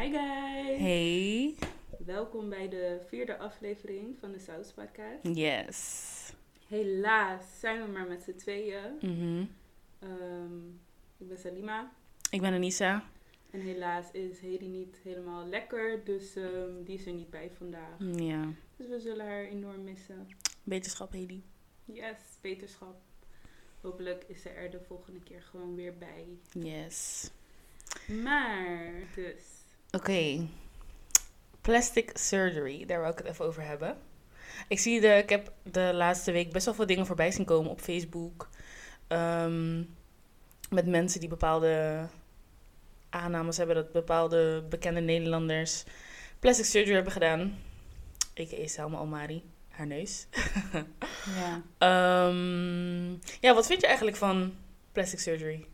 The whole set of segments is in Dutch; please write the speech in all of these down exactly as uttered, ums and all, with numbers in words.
Hi guys! Hey. Welkom bij de vierde aflevering van de Saus Podcast. Yes. Helaas zijn we maar met z'n tweeën. Mm-hmm. Um, ik ben Salima. Ik ben Anissa. En helaas is Hedy niet helemaal lekker, dus um, die is er niet bij vandaag. Ja. Dus we zullen haar enorm missen. Beterschap, Hedy. Yes, beterschap. Hopelijk is ze er de volgende keer gewoon weer bij. Yes. Maar, dus... Oké. Okay. Plastic surgery, daar wil ik het even over hebben. Ik zie de, ik heb de laatste week best wel veel dingen voorbij zien komen op Facebook. Um, met mensen die bepaalde aannames hebben dat bepaalde bekende Nederlanders plastic surgery hebben gedaan. A K A Salma Almari, haar neus. ja. Um, ja, wat vind je eigenlijk van plastic surgery?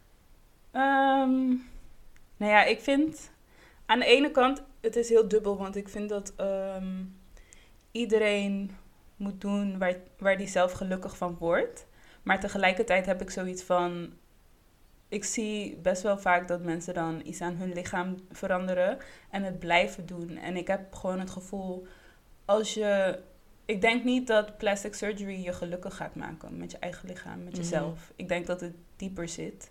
Um, nou ja, ik vind aan de ene kant, het is heel dubbel, want ik vind dat um, iedereen moet doen waar, waar die zelf gelukkig van wordt. Maar tegelijkertijd heb ik zoiets van, ik zie best wel vaak dat mensen dan iets aan hun lichaam veranderen en het blijven doen. En ik heb gewoon het gevoel, als je... Ik denk niet dat plastic surgery je gelukkig gaat maken met je eigen lichaam, met jezelf. Mm-hmm. Ik denk dat het dieper zit.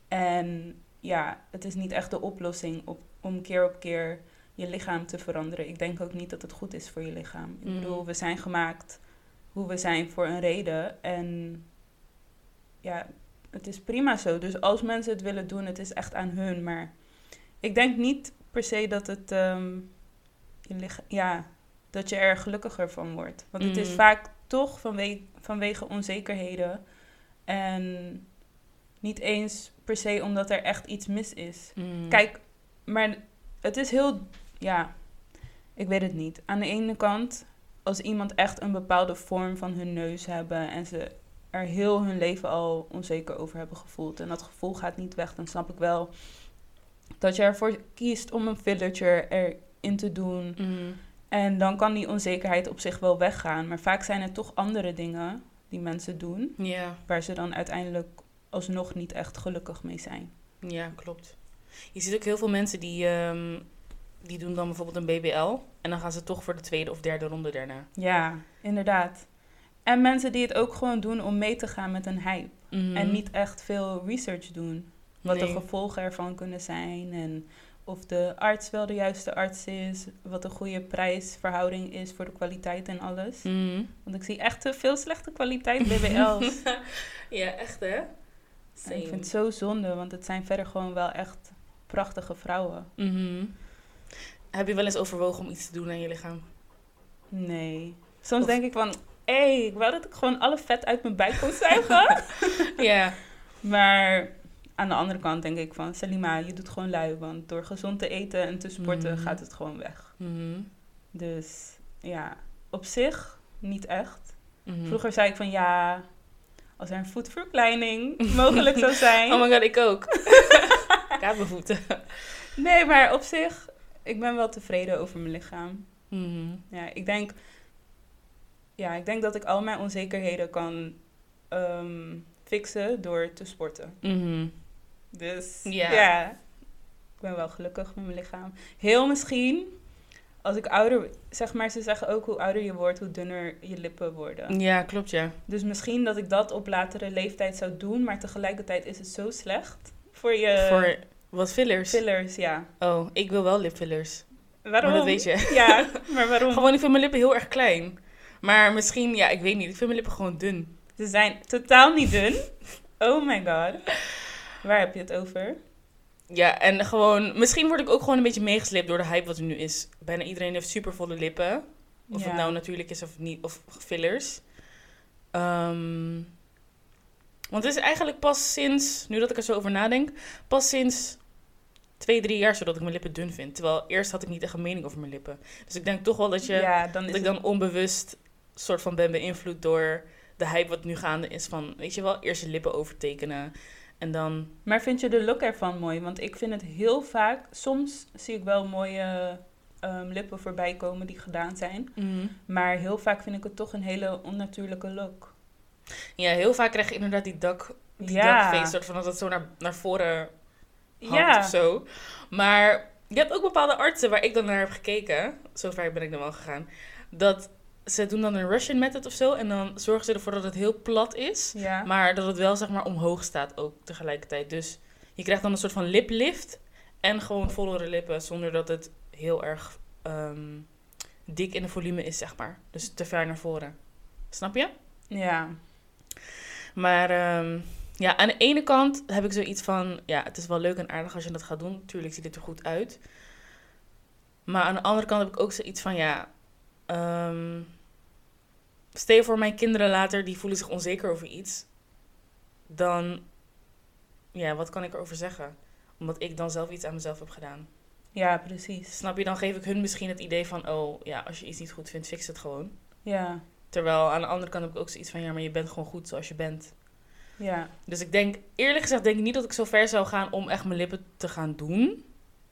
En ja, het is niet echt de oplossing op, om keer op keer je lichaam te veranderen. Ik denk ook niet dat het goed is voor je lichaam. Ik mm. bedoel, we zijn gemaakt hoe we zijn voor een reden. En ja, het is prima zo. Dus als mensen het willen doen, het is echt aan hun. Maar ik denk niet per se dat het um, je lichaam... Ja, dat je er gelukkiger van wordt. Want het mm. is vaak toch vanwege, vanwege onzekerheden. En niet eens per se omdat er echt iets mis is. Mm. Kijk, maar het is heel... Ja, ik weet het niet. Aan de ene kant, als iemand echt een bepaalde vorm van hun neus hebben en ze er heel hun leven al onzeker over hebben gevoeld en dat gevoel gaat niet weg, dan snap ik wel dat je ervoor kiest om een fillertje erin te doen. Mm. En dan kan die onzekerheid op zich wel weggaan. Maar vaak zijn het toch andere dingen die mensen doen, yeah. waar ze dan uiteindelijk alsnog niet echt gelukkig mee zijn. Ja, klopt. Je ziet ook heel veel mensen die, um, die doen dan bijvoorbeeld een B B L. En dan gaan ze toch voor de tweede of derde ronde daarna. Ja, inderdaad. En mensen die het ook gewoon doen om mee te gaan met een hype. Mm-hmm. En niet echt veel research doen. Wat nee. de gevolgen ervan kunnen zijn. En of de arts wel de juiste arts is. Wat de goede prijsverhouding is voor de kwaliteit en alles. Mm-hmm. Want ik zie echt te veel slechte kwaliteit B B L's. Ja, echt hè? Ik vind het zo zonde, want het zijn verder gewoon wel echt prachtige vrouwen. Mm-hmm. Heb je wel eens overwogen om iets te doen aan je lichaam? Nee. Soms of... denk ik van, hé, hey, ik wou dat ik gewoon alle vet uit mijn buik kon zuigen. Ja. Maar aan de andere kant denk ik van, Salima, je doet gewoon lui. Want door gezond te eten en te sporten mm-hmm. gaat het gewoon weg. Mm-hmm. Dus ja, op zich niet echt. Mm-hmm. Vroeger zei ik van, ja... Als er een voetverkleining mogelijk zou zijn. Oh my god, ik ook. Ik heb mijn voeten. Nee, maar op zich, ik ben wel tevreden over mijn lichaam. Mm-hmm. Ja, ik denk, ja, ik denk dat ik al mijn onzekerheden kan um, fixen door te sporten. Mm-hmm. Dus yeah. ja, ik ben wel gelukkig met mijn lichaam. Heel misschien... Als ik ouder, zeg maar, ze zeggen ook hoe ouder je wordt, hoe dunner je lippen worden. Ja, klopt, ja. Dus misschien dat ik dat op latere leeftijd zou doen, maar tegelijkertijd is het zo slecht voor je... Voor wat fillers? Fillers, ja. Oh, ik wil wel lipfillers. Waarom? Maar dat weet je. Ja, maar waarom? Gewoon, ik vind mijn lippen heel erg klein. Maar misschien, ja, ik weet niet. Ik vind mijn lippen gewoon dun. Ze zijn totaal niet dun. Oh my god. Waar heb je het over? Ja, en gewoon... Misschien word ik ook gewoon een beetje meegesleept door de hype wat er nu is. Bijna iedereen heeft supervolle lippen. Of ja. het nou natuurlijk is of niet. Of fillers. Um, want het is eigenlijk pas sinds... Nu dat ik er zo over nadenk... Pas sinds twee, drie jaar zodat ik mijn lippen dun vind. Terwijl eerst had ik niet echt een mening over mijn lippen. Dus ik denk toch wel dat, je, ja, dan dat ik dan onbewust... soort van ben beïnvloed door de hype wat nu gaande is. Van, weet je wel, eerst je lippen overtekenen... En dan... Maar vind je de look ervan mooi? Want ik vind het heel vaak... Soms zie ik wel mooie um, lippen voorbij komen die gedaan zijn. Mm-hmm. Maar heel vaak vind ik het toch een hele onnatuurlijke look. Ja, heel vaak krijg je inderdaad die dak... Die ja. duckface, soort van dat het zo naar, naar voren hangt ja. of zo. Maar Je hebt ook bepaalde artsen waar ik dan naar heb gekeken. Zover ben ik dan wel gegaan. Dat ze doen dan een Russian method of zo. En dan zorgen ze ervoor dat het heel plat is. Ja. Maar dat het wel zeg maar omhoog staat ook tegelijkertijd. Dus je krijgt dan een soort van liplift. En gewoon vollere lippen. Zonder dat het heel erg um, dik in de volume is, zeg maar. Dus te ver naar voren. Snap je? Ja. Maar um, ja, aan de ene kant heb ik zoiets van... Ja, het is wel leuk en aardig als je dat gaat doen. Tuurlijk ziet het er goed uit. Maar aan de andere kant heb ik ook zoiets van... Ja, um, stel je voor mijn kinderen later... die voelen zich onzeker over iets. Dan... Ja, wat kan ik erover zeggen? Omdat ik dan zelf iets aan mezelf heb gedaan. Ja, precies. Snap je? Dan geef ik hun misschien het idee van... Oh, ja, als je iets niet goed vindt, fix het gewoon. Ja. Terwijl aan de andere kant heb ik ook zoiets van... Ja, maar je bent gewoon goed zoals je bent. Ja. Dus ik denk... Eerlijk gezegd denk ik niet dat ik zo ver zou gaan... om echt mijn lippen te gaan doen.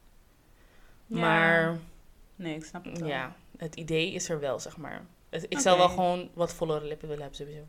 Ja. Maar... Nee, ik snap het wel. Ja, het idee is er wel, zeg maar. Ik Okay. zou wel gewoon wat vollere lippen willen hebben, sowieso.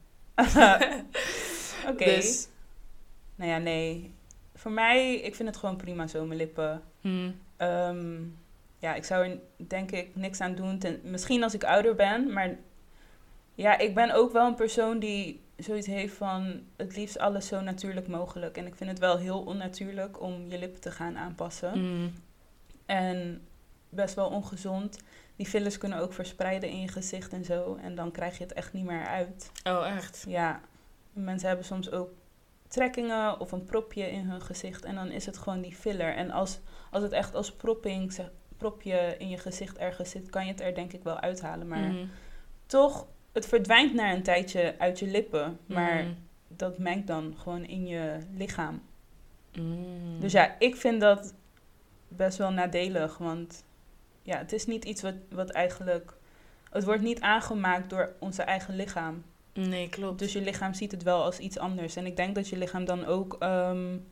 Oké. Okay. Dus... Nou ja, nee. Voor mij, ik vind het gewoon prima zo, mijn lippen. Hmm. Um, ja, ik zou er denk ik niks aan doen. Ten, misschien als ik ouder ben, maar... Ja, ik ben ook wel een persoon die zoiets heeft van... Het liefst alles zo natuurlijk mogelijk. En ik vind het wel heel onnatuurlijk om je lippen te gaan aanpassen. Hmm. En best wel ongezond. Die fillers kunnen ook verspreiden in je gezicht en zo. En dan krijg je het echt niet meer uit. Oh, echt? Ja, mensen hebben soms ook trekkingen of een propje in hun gezicht. En dan is het gewoon die filler. En als, als het echt als propping, zeg, propje in je gezicht ergens zit... kan je het er denk ik wel uithalen. Maar Mm. toch, het verdwijnt na een tijdje uit je lippen. Maar Mm. dat mengt dan gewoon in je lichaam. Mm. Dus ja, ik vind dat best wel nadelig. Want ja, het is niet iets wat, wat eigenlijk... Het wordt niet aangemaakt door onze eigen lichaam. Nee, klopt. Dus je lichaam ziet het wel als iets anders. En ik denk dat je lichaam dan ook um,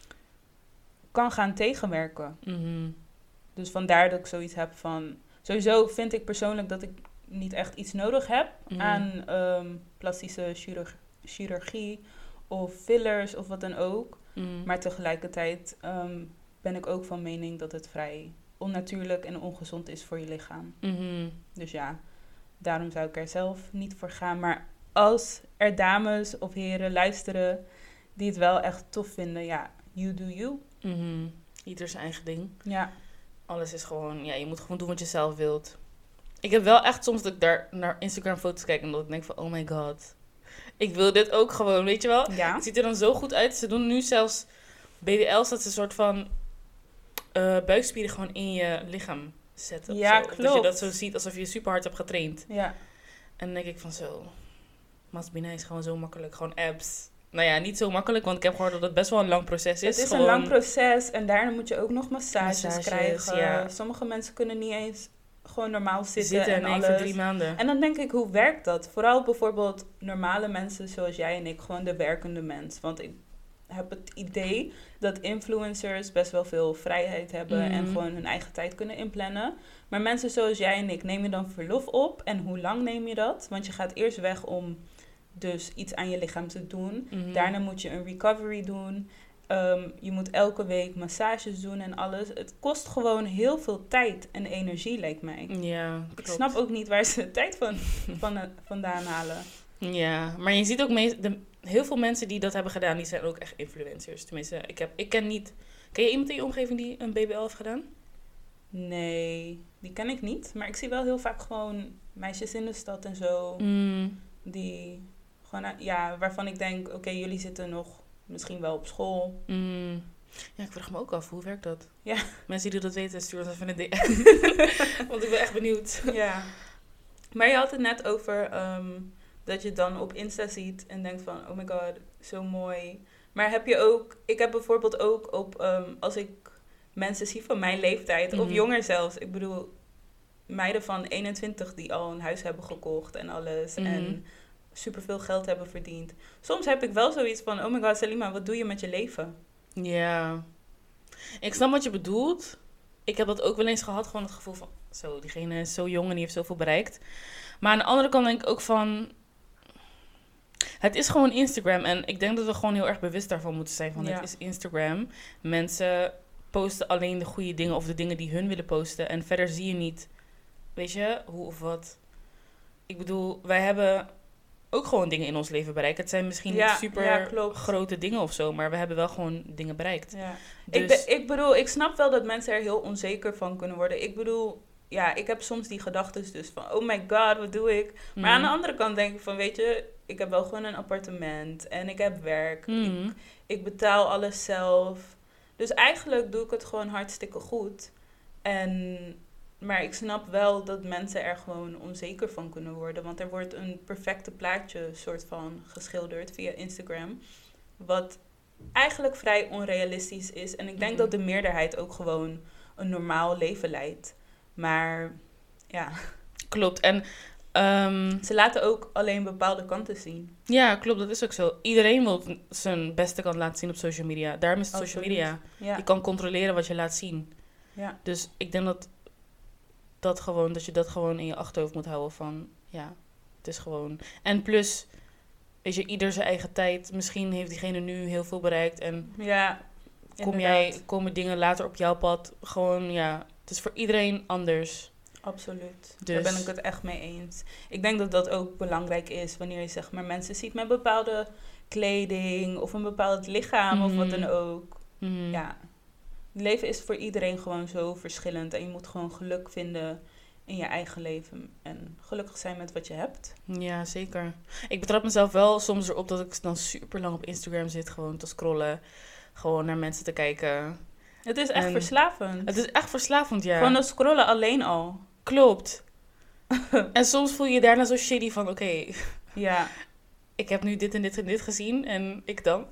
kan gaan tegenwerken. Mm-hmm. Dus vandaar dat ik zoiets heb van... Sowieso vind ik persoonlijk dat ik niet echt iets nodig heb Mm. aan um, plastische chirurg- chirurgie of fillers of wat dan ook. Mm. Maar tegelijkertijd um, ben ik ook van mening dat het vrij onnatuurlijk en ongezond is voor je lichaam. Mm-hmm. Dus ja, daarom zou ik er zelf niet voor gaan. Maar als er dames of heren luisteren die het wel echt tof vinden, ja, you do you. Mm-hmm. Ieder zijn eigen ding. Ja. Alles is gewoon, ja, je moet gewoon doen wat je zelf wilt. Ik heb wel echt soms dat ik daar naar Instagram foto's kijk en dat ik denk van, oh my god. Ik wil dit ook gewoon, weet je wel? Ja. Het ziet er dan zo goed uit. Ze doen nu zelfs B D L's, dat ze een soort van uh, buikspieren gewoon in je lichaam zetten. Ja, of zo. klopt. Dat je dat zo ziet alsof je super hard hebt getraind. Ja. En dan denk ik van zo, must be nice, gewoon zo makkelijk, gewoon abs. Nou ja, niet zo makkelijk, want ik heb gehoord dat het best wel een lang proces is. Het is gewoon... een lang proces en daarna moet je ook nog massages, Massages, krijgen. ja. Sommige mensen kunnen niet eens gewoon normaal zitten, Zitten en nee, alles. voor drie maanden. En dan denk ik, hoe werkt dat? Vooral bijvoorbeeld normale mensen zoals jij en ik, gewoon de werkende mens. Want ik heb het idee dat influencers best wel veel vrijheid hebben Mm. en gewoon hun eigen tijd kunnen inplannen. Maar mensen zoals jij en ik, neem je dan verlof op? En hoe lang neem je dat? Want je gaat eerst weg om dus iets aan je lichaam te doen. Mm-hmm. Daarna moet je een recovery doen. Um, je moet elke week massages doen en alles. Het kost gewoon heel veel tijd en energie, lijkt mij. Ja, Ik klopt. snap ook niet waar ze de tijd van, van, vandaan halen. Ja, maar je ziet ook me- de, heel veel mensen die dat hebben gedaan, die zijn ook echt influencers. Tenminste, ik, heb, ik ken niet... Ken je iemand in je omgeving die een B B L heeft gedaan? Nee, die ken ik niet. Maar ik zie wel heel vaak gewoon meisjes in de stad en zo. Mm. Die gewoon, ja, waarvan ik denk, oké, okay, jullie zitten nog misschien wel op school. Mm. Ja, ik vraag me ook af, hoe werkt dat? Ja. Mensen die dat weten, stuur ons even een D M. Want ik ben echt benieuwd. Ja. Maar je had het net over um, dat je dan op Insta ziet en denkt van, oh my god, zo mooi. Maar heb je ook, ik heb bijvoorbeeld ook op, um, als ik mensen zie van mijn leeftijd, mm-hmm. of jonger zelfs. Ik bedoel, meiden van eenentwintig die al een huis hebben gekocht en alles. Mm-hmm. En superveel geld hebben verdiend. Soms heb ik wel zoiets van, oh my god, Salima, wat doe je met je leven? Ja. Ik snap wat je bedoelt. Ik heb dat ook wel eens gehad, gewoon het gevoel van, zo, diegene is zo jong en die heeft zoveel bereikt. Maar aan de andere kant denk ik ook van, het is gewoon Instagram. En ik denk dat we gewoon heel erg bewust daarvan moeten zijn van, ja. Het is Instagram. Mensen posten alleen de goede dingen of de dingen die hun willen posten. En verder zie je niet, weet je, hoe of wat. Ik bedoel, wij hebben ook gewoon dingen in ons leven bereikt. Het zijn misschien Ja, niet super ja, grote dingen of zo, maar we hebben wel gewoon dingen bereikt. Ja. Dus, Ik, be- ik bedoel, ik snap wel dat mensen er heel onzeker van kunnen worden. Ik bedoel, ja, ik heb soms die gedachten dus van, oh my god, wat doe ik? Maar mm, aan de andere kant denk ik van, weet je, ik heb wel gewoon een appartement en ik heb werk. mm, Ik, ik betaal alles zelf. Dus eigenlijk doe ik het gewoon hartstikke goed. En, maar ik snap wel dat mensen er gewoon onzeker van kunnen worden. Want er wordt een perfecte plaatje soort van geschilderd via Instagram. Wat eigenlijk vrij onrealistisch is. En ik denk Mhm. dat de meerderheid ook gewoon een normaal leven leidt. Maar ja, klopt. En ehm, ze laten ook alleen bepaalde kanten zien. ja, klopt, dat is ook zo. Iedereen wil zijn beste kant laten zien op social media. Daarom is het social Absoluut. media. Ja, Je kan controleren wat je laat zien. ja. Dus ik denk dat, dat, gewoon, dat je dat gewoon in je achterhoofd moet houden van, ja, het is gewoon... En plus, weet je, ieder zijn eigen tijd. Misschien heeft diegene nu heel veel bereikt en ja kom inderdaad. jij, komen dingen later op jouw pad. Gewoon, ja, het is voor iedereen anders. Absoluut. Dus- Daar ben ik het echt mee eens. Ik denk dat dat ook belangrijk is wanneer je zeg maar mensen ziet met bepaalde kleding of een bepaald lichaam of wat Mhm. dan ook. Mhm. Ja, het leven is voor iedereen gewoon zo verschillend en je moet gewoon geluk vinden in je eigen leven en gelukkig zijn met wat je hebt. Ja, zeker. Ik betrap mezelf wel soms erop dat ik dan super lang op Instagram zit, gewoon te scrollen. Gewoon naar mensen te kijken. Het is echt En verslavend. Het is echt verslavend, ja. Gewoon dat scrollen alleen al. Klopt. En soms voel je je daarna zo shitty van, oké, Ja. ik heb nu dit en dit en dit gezien en ik dan?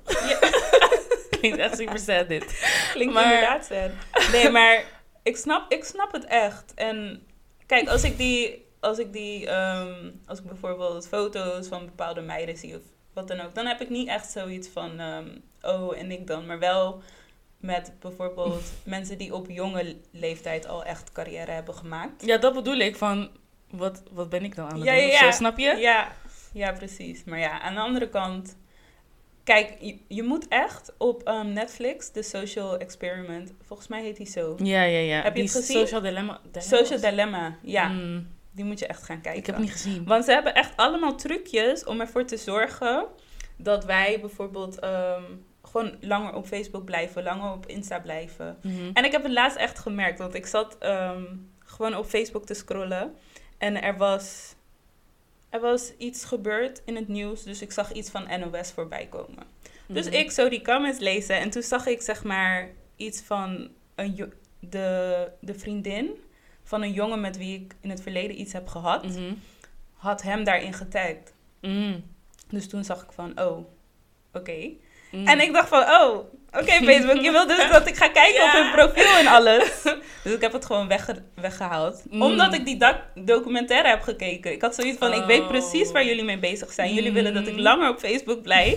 Klinkt echt super sad dit. Klinkt Maar- inderdaad sad. Nee, maar ik snap, ik snap het echt. En kijk, als ik die, als ik die, ehm, als ik bijvoorbeeld foto's van bepaalde meiden zie of wat dan ook, dan heb ik niet echt zoiets van, ehm, oh en ik dan, maar wel met bijvoorbeeld mensen die op jonge leeftijd al echt carrière hebben gemaakt. Ja, dat bedoel ik van, wat, wat ben ik dan aan het Ja, doen? ja, of zo, ja. snap je? Ja, ja, precies. Maar ja, aan de andere kant, kijk, je, je moet echt op ehm, Netflix, The Social Experiment, volgens mij heet die zo. Ja, ja, ja. Heb je Die het gezien? Social Dilemma. Social Dilemma, ja. Mm, Die moet je echt gaan kijken. ik heb het niet gezien. Want ze hebben echt allemaal trucjes om ervoor te zorgen dat wij bijvoorbeeld ehm, gewoon langer op Facebook blijven, langer op Insta blijven. Mhm. En ik heb het laatst echt gemerkt, want ik zat ehm, gewoon op Facebook te scrollen en er was, er was iets gebeurd in het nieuws, dus ik zag iets van N O S voorbij komen. Dus Mhm. ik zo die comments lezen en toen zag ik zeg maar iets van een jo- de, de vriendin van een jongen met wie ik in het verleden iets heb gehad, Mhm. had hem daarin getagd. Mm. Dus toen zag ik van, oh, oké. Mm. En ik dacht van, oh, oké Facebook, je wilt dus dat ik ga kijken Ja. op hun profiel en alles. Dus ik heb het gewoon wegge- weggehaald. Mm. Omdat ik die doc- documentaire heb gekeken. Ik had zoiets van, ik weet Oh. precies waar jullie mee bezig zijn. Jullie Mm. willen dat ik langer op Facebook blijf.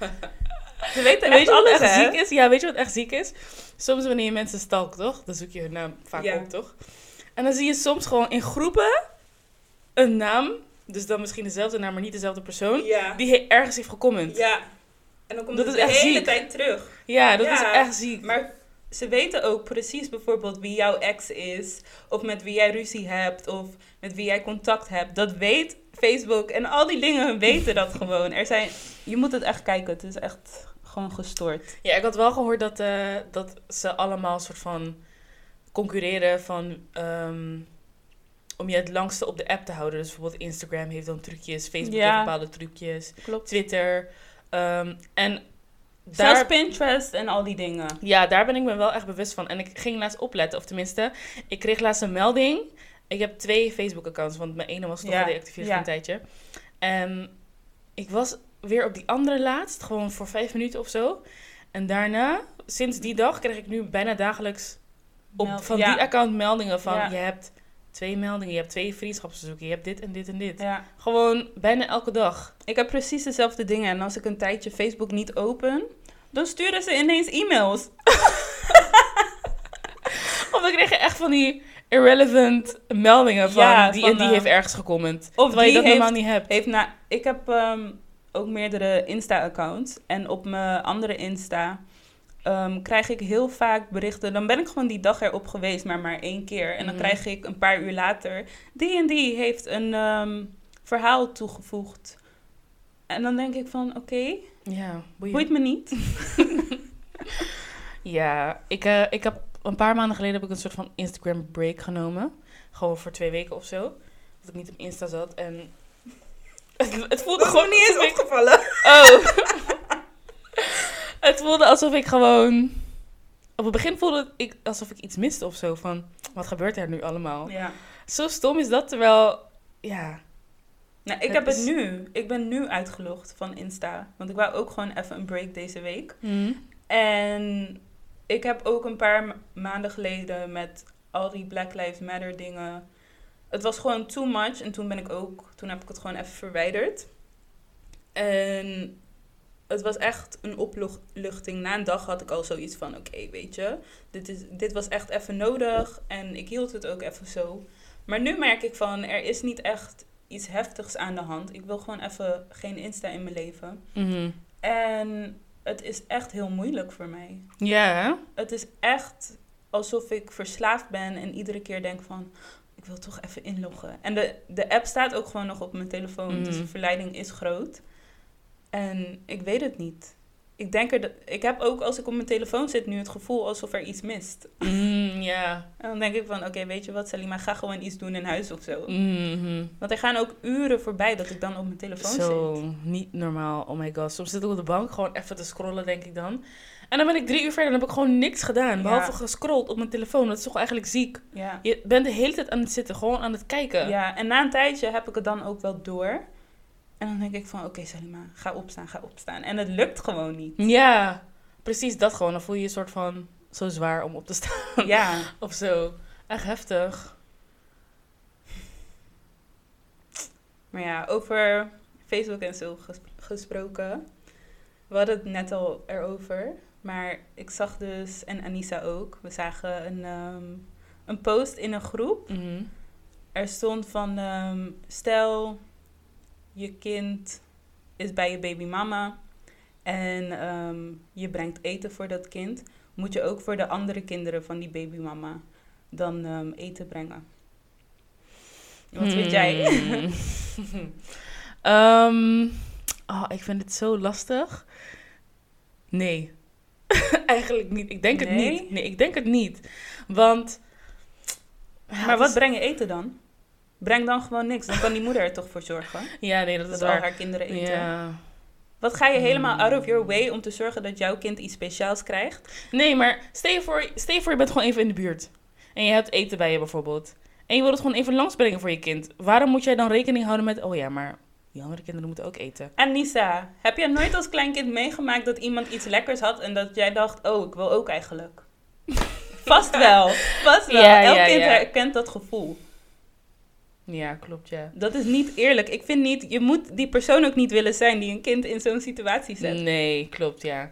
Ze weten Weet echt je wat alles, echt hè? ziek is? Ja, weet je wat echt ziek is? Soms wanneer je mensen stalkt, toch? Dan zoek je hun naam vaak Ja. op, toch? En dan zie je soms gewoon in groepen een naam, dus dan misschien dezelfde naam, maar niet dezelfde persoon, Ja. die he- ergens heeft gecomment. Ja, Ja. En dan komt Dat het is de echt hele ziek. tijd terug. dat Ja, is echt ziek. Maar ze weten ook precies bijvoorbeeld wie jouw ex is. Of met wie jij ruzie hebt. Of met wie jij contact hebt. Dat weet Facebook. En al die dingen weten dat gewoon. Er zijn, je moet het echt kijken. Het is echt gewoon gestoord. Ja, ik had wel gehoord dat, eh, dat ze allemaal een soort van concurreren van... ehm, om je het langste op de app te houden. Dus bijvoorbeeld Instagram heeft dan trucjes, Facebook Ja. heeft bepaalde trucjes, Klopt. Twitter. ehm, en Zelfs daar, Pinterest en al die dingen. ja, daar ben ik me wel echt bewust van. En ik ging laatst opletten, of tenminste, ik kreeg laatst een melding. Ik heb twee Facebook-accounts, want mijn ene was toch Ja, gedeactiveerd ja. voor een tijdje. En ik was weer op die andere laatst, gewoon voor vijf minuten of zo. En daarna, sinds die dag, kreeg ik nu bijna dagelijks op, Meld- van ja. die account meldingen van... Ja. Je hebt twee meldingen, je hebt twee vriendschapsverzoeken, je hebt dit en dit en dit. Ja. Gewoon bijna elke dag. Ik heb precies dezelfde dingen. En als ik een tijdje Facebook niet open, dan sturen ze ineens e-mails. Of dan kreeg je echt van die irrelevant meldingen van... Ja, die van, en die eh, heeft ergens gecomment. of Terwijl je die dat normaal heeft- niet hebt. Heeft na, ik heb ehm, ook meerdere Insta-accounts. En op mijn andere Insta Um, krijg ik heel vaak berichten. Dan ben ik gewoon die dag erop geweest, maar maar één keer. En dan Mhm. krijg ik een paar uur later... Die en die heeft een um, verhaal toegevoegd. En dan denk ik van, oké, okay, Ja, boeit me niet. Ja, ik, uh, ik heb een paar maanden geleden heb ik een soort van Instagram break genomen. Gewoon voor twee weken of zo. Dat ik niet op Insta zat. En het, het voelde gewoon niet eens ik... opgevallen. Oh. Het voelde alsof ik gewoon... Op het begin voelde ik alsof ik iets miste of zo. Van, wat gebeurt er nu allemaal? Ja. Zo stom is dat, terwijl... Ja... Nou, ik het heb is... het nu. Ik ben nu uitgelogd van Insta. Want ik wou ook gewoon even een break deze week. Mm. En ik heb ook een paar ma- maanden geleden met al die Black Lives Matter dingen... Het was gewoon too much. En toen ben ik ook... Toen heb ik het gewoon even verwijderd. En het was echt een opluchting. Na een dag had ik al zoiets van... Oké, okay, weet je. Dit, is, dit was echt even nodig. En ik hield het ook even zo. Maar nu merk ik van... Er is niet echt... iets heftigs aan de hand. Ik wil gewoon even geen Insta in mijn leven. Mm-hmm. En het is echt heel moeilijk voor mij. Ja. Yeah. Het is echt alsof ik verslaafd ben en iedere keer denk van... Ik wil toch even inloggen. En de, de app staat ook gewoon nog op mijn telefoon. Mm. Dus de verleiding is groot. En ik weet het niet. Ik denk er... De, ik heb ook als ik op mijn telefoon zit nu het gevoel alsof er iets mist. Mm, yeah. En dan denk ik van, oké, okay, weet je wat, Salima, ga gewoon iets doen in huis of zo. Mm-hmm. Want er gaan ook uren voorbij dat ik dan op mijn telefoon zo, zit. Zo, niet normaal. Oh my god. Soms zit ik op de bank gewoon even te scrollen, denk ik dan. En dan ben ik drie uur verder en heb ik gewoon niks gedaan. Ja. Behalve gescrolld op mijn telefoon. Dat is toch eigenlijk ziek? Ja. Je bent de hele tijd aan het zitten, gewoon aan het kijken. Ja, en na een tijdje heb ik het dan ook wel door. En dan denk ik van, oké, okay, Salima, ga opstaan, ga opstaan. En het lukt gewoon niet. Ja, precies dat gewoon. Dan voel je je een soort van zo zwaar om op te staan. Ja. Of zo. Echt heftig. Maar ja, over Facebook en zo ges- gesproken. We hadden het net al erover. Maar ik zag dus, en Anissa ook, we zagen een, um, een post in een groep. Mm-hmm. Er stond van, um, stel, je kind is bij je babymama en um, je brengt eten voor dat kind. Moet je ook voor de andere kinderen van die babymama dan um, eten brengen. Wat hmm. vind jij? um, oh, ik vind het zo lastig. Nee. Eigenlijk niet. Ik denk nee? het niet. Nee, ik denk het niet. Want... Ja, maar wat is... breng je eten dan? Breng dan gewoon niks. Dan kan die moeder er toch voor zorgen. Ja, nee, dat, dat is waar. al haar kinderen eten. Ja. Wat ga je helemaal out of your way om te zorgen dat jouw kind iets speciaals krijgt? Nee, maar stel je voor, stel je, voor je bent gewoon even in de buurt. En je hebt eten bij je bijvoorbeeld. En je wilt het gewoon even langsbrengen voor je kind. Waarom moet jij dan rekening houden met... Oh ja, maar die andere kinderen moeten ook eten. En Nisa, heb jij nooit als kleinkind meegemaakt dat iemand iets lekkers had... en dat jij dacht, oh, ik wil ook eigenlijk? Vast wel. Vast wel. Ja, Elk ja, kind ja. herkent dat gevoel. Ja, klopt, ja. Dat is niet eerlijk. Ik vind niet... Je moet die persoon ook niet willen zijn die een kind in zo'n situatie zet. Nee, klopt, ja.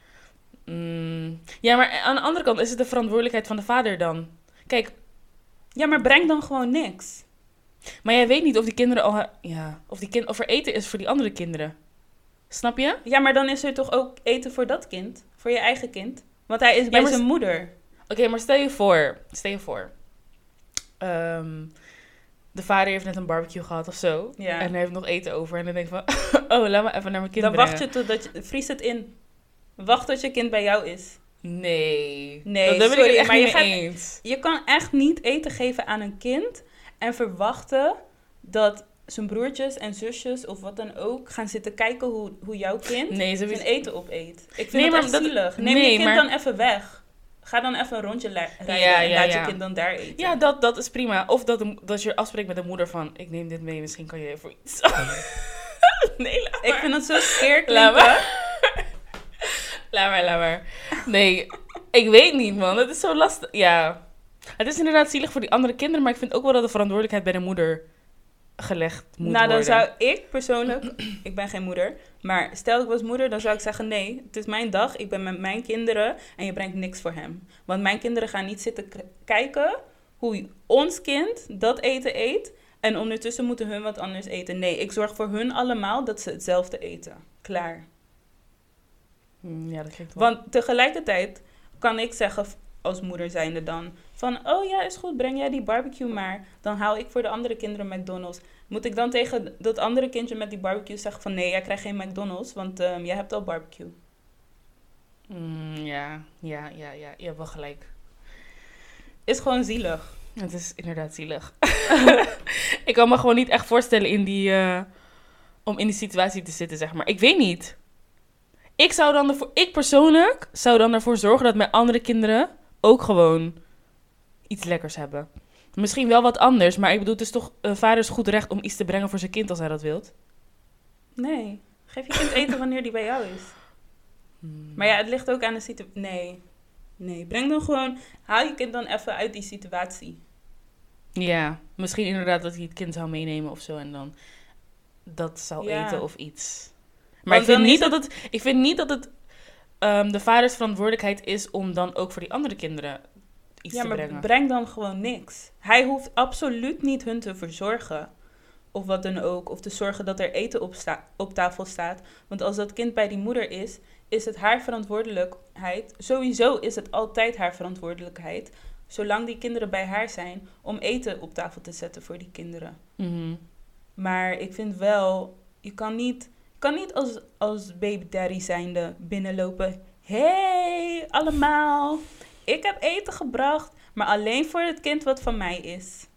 Mm. Ja, maar aan de andere kant is het de verantwoordelijkheid van de vader dan. Kijk... Ja, maar breng dan gewoon niks. Maar jij weet niet of die kinderen al... Ha- ja, of, die kind- of er eten is voor die andere kinderen. Snap je? Ja, maar dan is er toch ook eten voor dat kind? Voor je eigen kind? Want hij is bij ja, zijn st- moeder. Oké, okay, maar stel je voor... Stel je voor... Um, de vader heeft net een barbecue gehad of zo. Ja. En hij heeft nog eten over. En dan denk ik van... Oh, laat me even naar mijn kind dan brengen. wacht je totdat je... Vries het in. Wacht tot je kind bij jou is. Nee. Nee, dat ben sorry, ik echt maar niet je, gaat, eens. je kan echt niet eten geven aan een kind en verwachten dat zijn broertjes en zusjes of wat dan ook gaan zitten kijken hoe, hoe jouw kind nee, zijn eten opeet. Ik vind nee, het echt dat, zielig. Neem nee, je kind maar, dan even weg. Ga dan even een rondje la- rijden ja, en ja, laat ja. je kind dan daar eten. Ja, dat, dat is prima. Of dat, de, dat je afspreekt met de moeder van... Ik neem dit mee, misschien kan je voor iets... nee, laat maar. Ik vind het zo skeer klinken. Laat maar. laat maar, laat maar. Nee, ik weet niet, man. Het is zo lastig. Ja. Het is inderdaad zielig voor die andere kinderen... maar ik vind ook wel dat de verantwoordelijkheid bij de moeder gelegd moet nou, worden. Nou, dan zou ik persoonlijk... ik ben geen moeder... maar stel ik was moeder, dan zou ik zeggen... nee, het is mijn dag, ik ben met mijn kinderen... en je brengt niks voor hem. Want mijn kinderen gaan niet zitten k- kijken... hoe ons kind dat eten eet... en ondertussen moeten hun wat anders eten. Nee, ik zorg voor hun allemaal dat ze hetzelfde eten. Klaar. Mm, ja, dat klinkt wel. Want tegelijkertijd kan ik zeggen, als moeder zijnde dan, van, oh ja, is goed, breng jij die barbecue maar. Dan haal ik voor de andere kinderen McDonald's. Moet ik dan tegen dat andere kindje met die barbecue zeggen van, nee, jij krijgt geen McDonald's, want um, jij hebt al barbecue. Mm, ja, ja, ja, ja, je hebt wel gelijk. Is gewoon zielig. Het is inderdaad zielig. Ik kan me gewoon niet echt voorstellen in die, uh, om in die situatie te zitten, zeg maar. Ik weet niet. Ik zou dan ervoor, ik persoonlijk zou dan ervoor zorgen dat mijn andere kinderen ook gewoon iets lekkers hebben. Misschien wel wat anders, maar ik bedoel, het is toch uh, vaders goed recht om iets te brengen voor zijn kind als hij dat wilt. Nee, geef je kind eten wanneer die bij jou is. Hmm. Maar ja, het ligt ook aan de situatie. Nee, nee, breng dan gewoon, haal je kind dan even uit die situatie. Ja, misschien inderdaad dat hij het kind zou meenemen of zo en dan dat zou ja. eten of iets. Maar ik vind, niet het... dat het, ik vind niet dat het um, de vaders verantwoordelijkheid is om dan ook voor die andere kinderen iets ja, te brengen. Ja, maar breng dan gewoon niks. Hij hoeft absoluut niet hun te verzorgen. Of wat dan ook. Of te zorgen dat er eten op, sta- op tafel staat. Want als dat kind bij die moeder is, is het haar verantwoordelijkheid. Sowieso is het altijd haar verantwoordelijkheid. Zolang die kinderen bij haar zijn, om eten op tafel te zetten voor die kinderen. Mm-hmm. Maar ik vind wel, je kan niet, je kan niet als, als baby daddy zijnde binnenlopen. Hey, allemaal, ik heb eten gebracht, maar alleen voor het kind wat van mij is.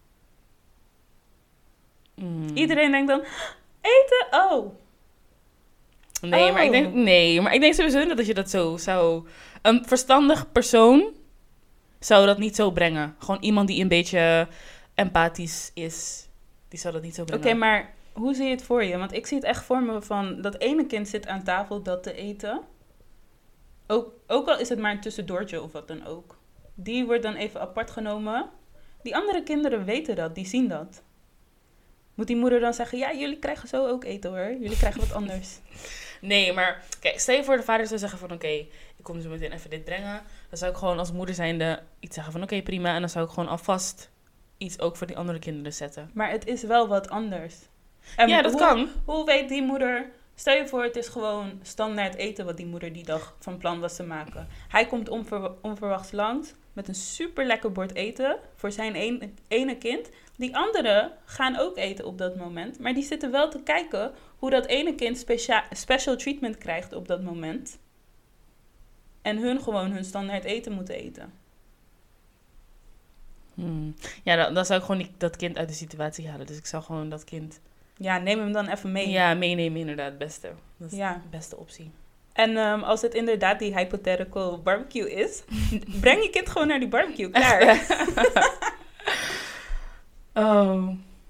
Mm. Iedereen denkt dan, eten, oh. Nee, oh. maar ik denk, nee, maar ik denk sowieso niet dat je dat zo zou... Een verstandig persoon zou dat niet zo brengen. Gewoon iemand die een beetje empathisch is, die zou dat niet zo brengen. Oké, okay, maar hoe zie je het voor je? Want ik zie het echt voor me van, dat ene kind zit aan tafel dat te eten. Ook, ook al is het maar een tussendoortje of wat dan ook. Die wordt dan even apart genomen. Die andere kinderen weten dat, die zien dat. Moet die moeder dan zeggen, ja, jullie krijgen zo ook eten hoor. Jullie krijgen wat anders. Nee, maar kijk, stel je voor de vader zou zeggen van, oké, okay, ik kom zo meteen even dit brengen. Dan zou ik gewoon als moeder zijnde iets zeggen van, oké, okay, prima. En dan zou ik gewoon alvast iets ook voor die andere kinderen zetten. Maar het is wel wat anders. En ja, dat hoe, kan. Hoe weet die moeder... Stel je voor, het is gewoon standaard eten wat die moeder die dag van plan was te maken. Hij komt onver, onverwachts langs met een super lekker bord eten voor zijn een, ene kind. Die anderen gaan ook eten op dat moment. Maar die zitten wel te kijken hoe dat ene kind specia- special treatment krijgt op dat moment. En hun gewoon hun standaard eten moeten eten. Hmm. Ja, dan, dan zou ik gewoon die, dat kind uit de situatie halen. Dus ik zou gewoon dat kind... Ja, neem hem dan even mee. Ja, meenemen inderdaad, het beste. Dat is ja. de beste optie. En um, als het inderdaad die hypothetical barbecue is, breng je kind gewoon naar die barbecue. Klaar. Oh.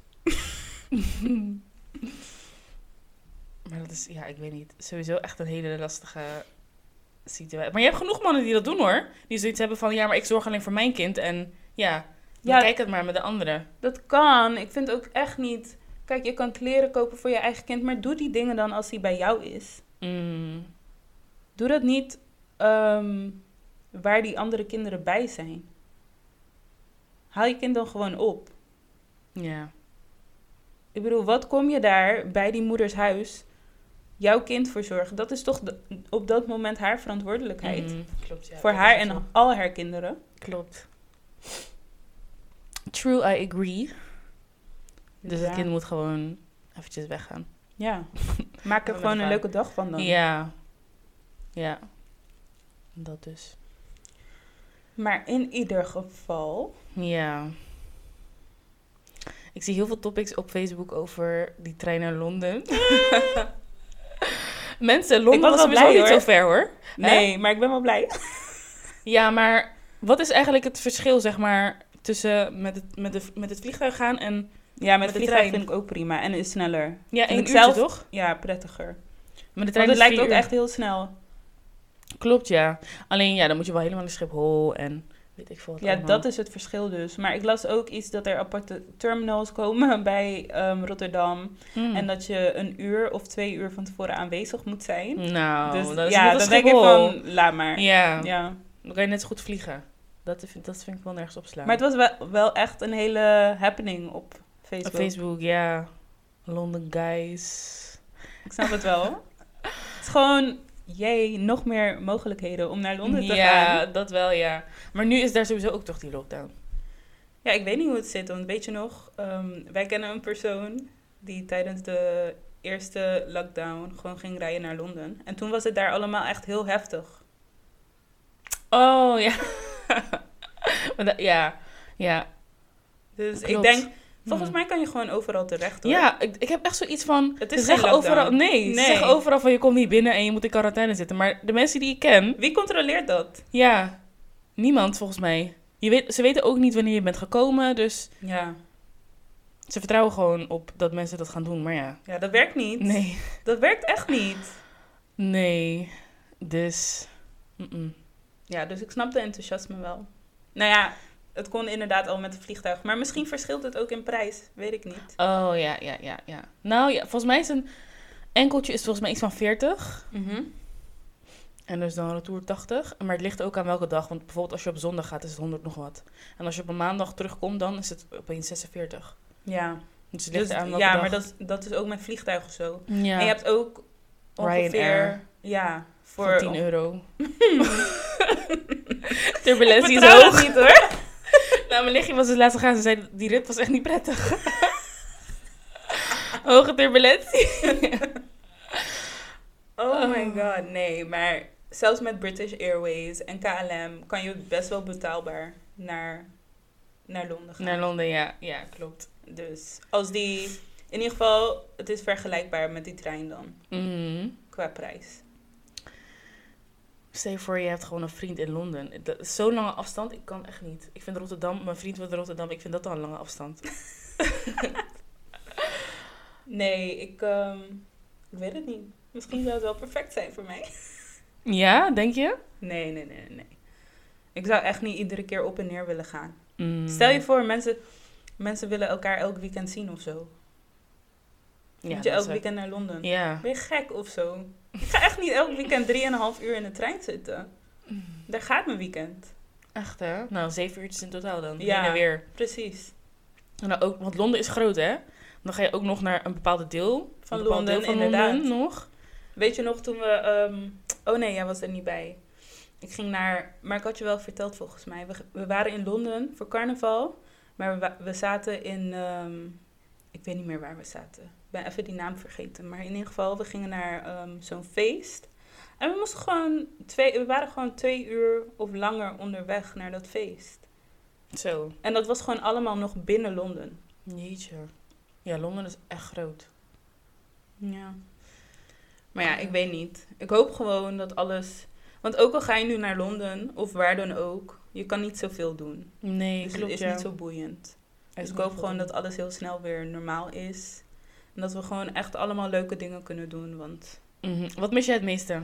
Maar dat is, ja, ik weet niet. Sowieso echt een hele lastige situatie. Maar je hebt genoeg mannen die dat doen hoor. Die zoiets hebben van, ja, maar ik zorg alleen voor mijn kind. En ja, ja kijk het maar met de anderen. Dat kan. Ik vind ook echt niet... Kijk, je kan kleren kopen voor je eigen kind, maar doe die dingen dan als hij bij jou is. Mm. Doe dat niet um, waar die andere kinderen bij zijn. Haal je kind dan gewoon op. Ja. Ik bedoel, wat kom je daar bij die moeders huis jouw kind voor zorgen? Dat is toch de, op dat moment haar verantwoordelijkheid. Mm, klopt, ja. Voor haar en zo. Al haar kinderen. Klopt. True, I agree. Dus ja. Het kind moet gewoon eventjes weggaan. Ja. Maak er gewoon een leuke dag van dan. Ja. Ja. Dat dus. Maar in ieder geval... Ja. Ik zie heel veel topics op Facebook over die trein naar Londen. Mensen, Londen was sowieso niet zo ver hoor. Nee, He? maar ik ben wel blij. Ja, maar wat is eigenlijk het verschil, zeg maar, tussen met het, met de, met het vliegtuig gaan en... Ja, met, met het vliegtuig vind ik ook prima. En is sneller. Ja, één uurtje zelf, toch? Ja, prettiger. Maar de trein Want het lijkt ook uur. echt heel snel. Klopt, ja. Alleen, ja, dan moet je wel helemaal naar Schiphol en weet ik veel wat Ja, allemaal. dat is het verschil dus. Maar ik las ook iets dat er aparte terminals komen bij um, Rotterdam. Hmm. En dat je een uur of twee uur van tevoren aanwezig moet zijn. Nou, dus, dat is ja, dan denk ik van, laat maar. Ja. ja, dan kan je net zo goed vliegen. Dat vind, dat vind ik wel nergens opslaan. Maar het was wel, wel echt een hele happening op Facebook. Op Facebook, ja. London guys. Ik snap het wel. Het is gewoon, jij nog meer mogelijkheden om naar Londen te ja, gaan. Ja, dat wel, ja. Maar nu is daar sowieso ook toch die lockdown. Ja, ik weet niet hoe het zit. Want weet je nog, um, wij kennen een persoon die tijdens de eerste lockdown gewoon ging rijden naar Londen. En toen was het daar allemaal echt heel heftig. Oh, ja. ja, ja. Dus Klopt. ik denk, volgens Hmm. mij kan je gewoon overal terecht, hoor. Ja, ik, ik heb echt zoiets van... Het ze is geen zeggen lockdown. overal, nee, Nee. ze zeggen overal van je komt niet binnen en je moet in quarantaine zitten. Maar de mensen die ik ken... Wie controleert dat? Ja, niemand volgens mij. Je weet, ze weten ook niet wanneer je bent gekomen, dus Ja. ze vertrouwen gewoon op dat mensen dat gaan doen. Maar ja, Ja, dat werkt niet. nee, Dat werkt echt niet. nee. Dus, mm-mm. Ja, dus ik snap de enthousiasme wel. Nou ja, het kon inderdaad al met het vliegtuig. Maar misschien verschilt het ook in prijs. Weet ik niet. Oh, ja, ja, ja, ja. Nou ja, volgens mij is een enkeltje is volgens mij iets van veertig. Mm-hmm. En dus dan retour tachtig. Maar het ligt ook aan welke dag. Want bijvoorbeeld als je op zondag gaat, is het honderd nog wat. En als je op een maandag terugkomt, dan is het opeens zesenveertig. Ja, Dus het ligt dus, aan welke ja dag. maar dat, dat is ook met vliegtuigen zo. Ja, En je hebt ook ongeveer... Ryanair. Ja, voor... voor tien euro. Ik Turbulentie is vertrouw hoog. het niet, hoor. Nou, mijn nichtje was dus laatst gegaan. Ze zei, die rit was echt niet prettig. Hoge turbulentie. Oh my god, nee. Maar zelfs met British Airways en K L M kan je best wel betaalbaar naar, naar Londen gaan. Naar Londen, ja. Ja, klopt. Dus als die... In ieder geval, het is vergelijkbaar met die trein dan. Mm. Qua prijs. Stel je voor, je hebt gewoon een vriend in Londen. Dat is zo'n lange afstand, ik kan echt niet. Ik vind Rotterdam, mijn vriend woont in Rotterdam, ik vind dat al een lange afstand. Nee, ik, um, ik weet het niet. Misschien zou het wel perfect zijn voor mij. Ja, denk je? Nee, nee, nee, nee. Ik zou echt niet iedere keer op en neer willen gaan. Mm. Stel je voor, mensen, mensen willen elkaar elk weekend zien of zo. Ja, Moet je dat elk is- weekend naar Londen? Ja. Ben je gek of zo? Ik ga echt niet elk weekend drieënhalf uur in de trein zitten. Daar gaat mijn weekend. Echt, hè? Nou, zeven uurtjes in totaal dan. Ja. Heen en weer. Precies. En dan ook, want Londen is groot, hè? Dan ga je ook nog naar een bepaalde deel. Van een bepaald Londen, deel van inderdaad. Londen nog. Weet je nog toen we... Um, oh nee, jij was er niet bij. Ik ging naar... Maar ik had je wel verteld volgens mij. We, we waren in Londen voor carnaval. Maar we, wa- we zaten in... Um, ik weet niet meer waar we zaten. Ik ben even die naam vergeten. Maar in ieder geval, we gingen naar um, zo'n feest. En we moesten gewoon... Twee, we waren gewoon twee uur of langer onderweg naar dat feest. Zo. En dat was gewoon allemaal nog binnen Londen. Jeetje. Ja, Londen is echt groot. Ja. Maar ja, ik weet niet. Ik hoop gewoon dat alles... Want ook al ga je nu naar Londen, of waar dan ook, je kan niet zoveel doen. Nee, Dus klopt, het is ja. niet zo boeiend. Er is Dus ik niet hoop veel gewoon te dat alles heel snel weer normaal is. En dat we gewoon echt allemaal leuke dingen kunnen doen, want... doen. Mhm. Wat mis jij het meeste?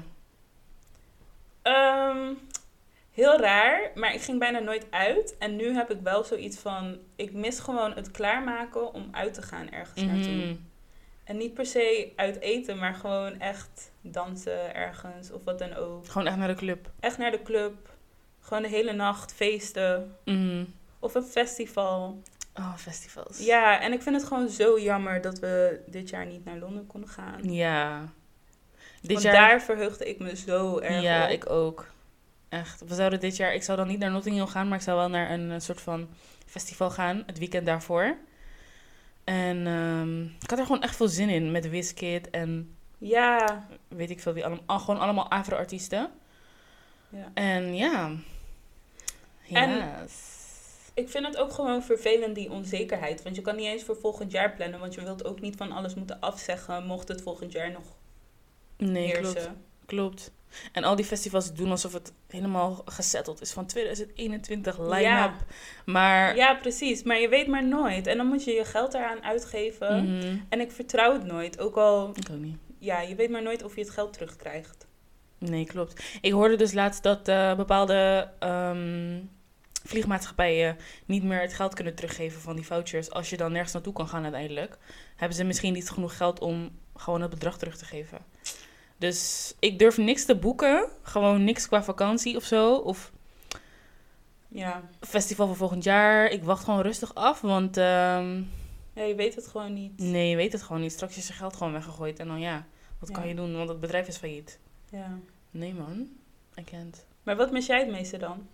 Ehm, heel raar, maar ik ging bijna nooit uit. En nu heb ik wel zoiets van... Ik mis gewoon het klaarmaken om uit te gaan ergens naartoe. Mhm. En niet per se uit eten, maar gewoon echt dansen ergens of wat dan ook. Gewoon echt naar de club. Echt naar de club. Gewoon de hele nacht feesten. Mhm. Of een festival. Oh, festivals. Ja, en ik vind het gewoon zo jammer dat we dit jaar niet naar Londen konden gaan. Ja. Dit Want jaar... daar verheugde ik me zo erg Ja, op. ik ook. Echt. We zouden dit jaar... Ik zou dan niet naar Notting Hill gaan, maar ik zou wel naar een, eh, soort van festival gaan. Het weekend daarvoor. En ehm, ik had er gewoon echt veel zin in. Met Wizkid en Ja. weet ik veel wie. Allemaal, gewoon allemaal Afro-artiesten. ja. En ja. En- Yes. Ik vind het ook gewoon vervelend, die onzekerheid. Want je kan niet eens voor volgend jaar plannen. Want je wilt ook niet van alles moeten afzeggen, mocht het volgend jaar nog Nee, heersen. klopt. Klopt. En al die festivals doen alsof het helemaal gesetteld is van twintig eenentwintig line-up. Ja. Maar... Ja, precies. Maar je weet maar nooit. En dan moet je je geld eraan uitgeven. Mhm. En ik vertrouw het nooit. Ook al, Ik ook niet. ja, je weet maar nooit of je het geld terugkrijgt. Nee, klopt. Ik hoorde dus laatst dat eh, bepaalde ehm, vliegmaatschappijen niet meer het geld kunnen teruggeven van die vouchers. Als je dan nergens naartoe kan gaan uiteindelijk, hebben ze misschien niet genoeg geld om gewoon het bedrag terug te geven. Dus ik durf niks te boeken. Gewoon niks qua vakantie of zo. Of Ja. festival voor volgend jaar. Ik wacht gewoon rustig af, want ehm, Ja, je weet het gewoon niet. nee, je weet het gewoon niet. Straks is je geld gewoon weggegooid en dan ja, wat Ja. kan je doen? Want het bedrijf is failliet. Ja. Nee man, I can't. Maar wat mis jij het meeste dan?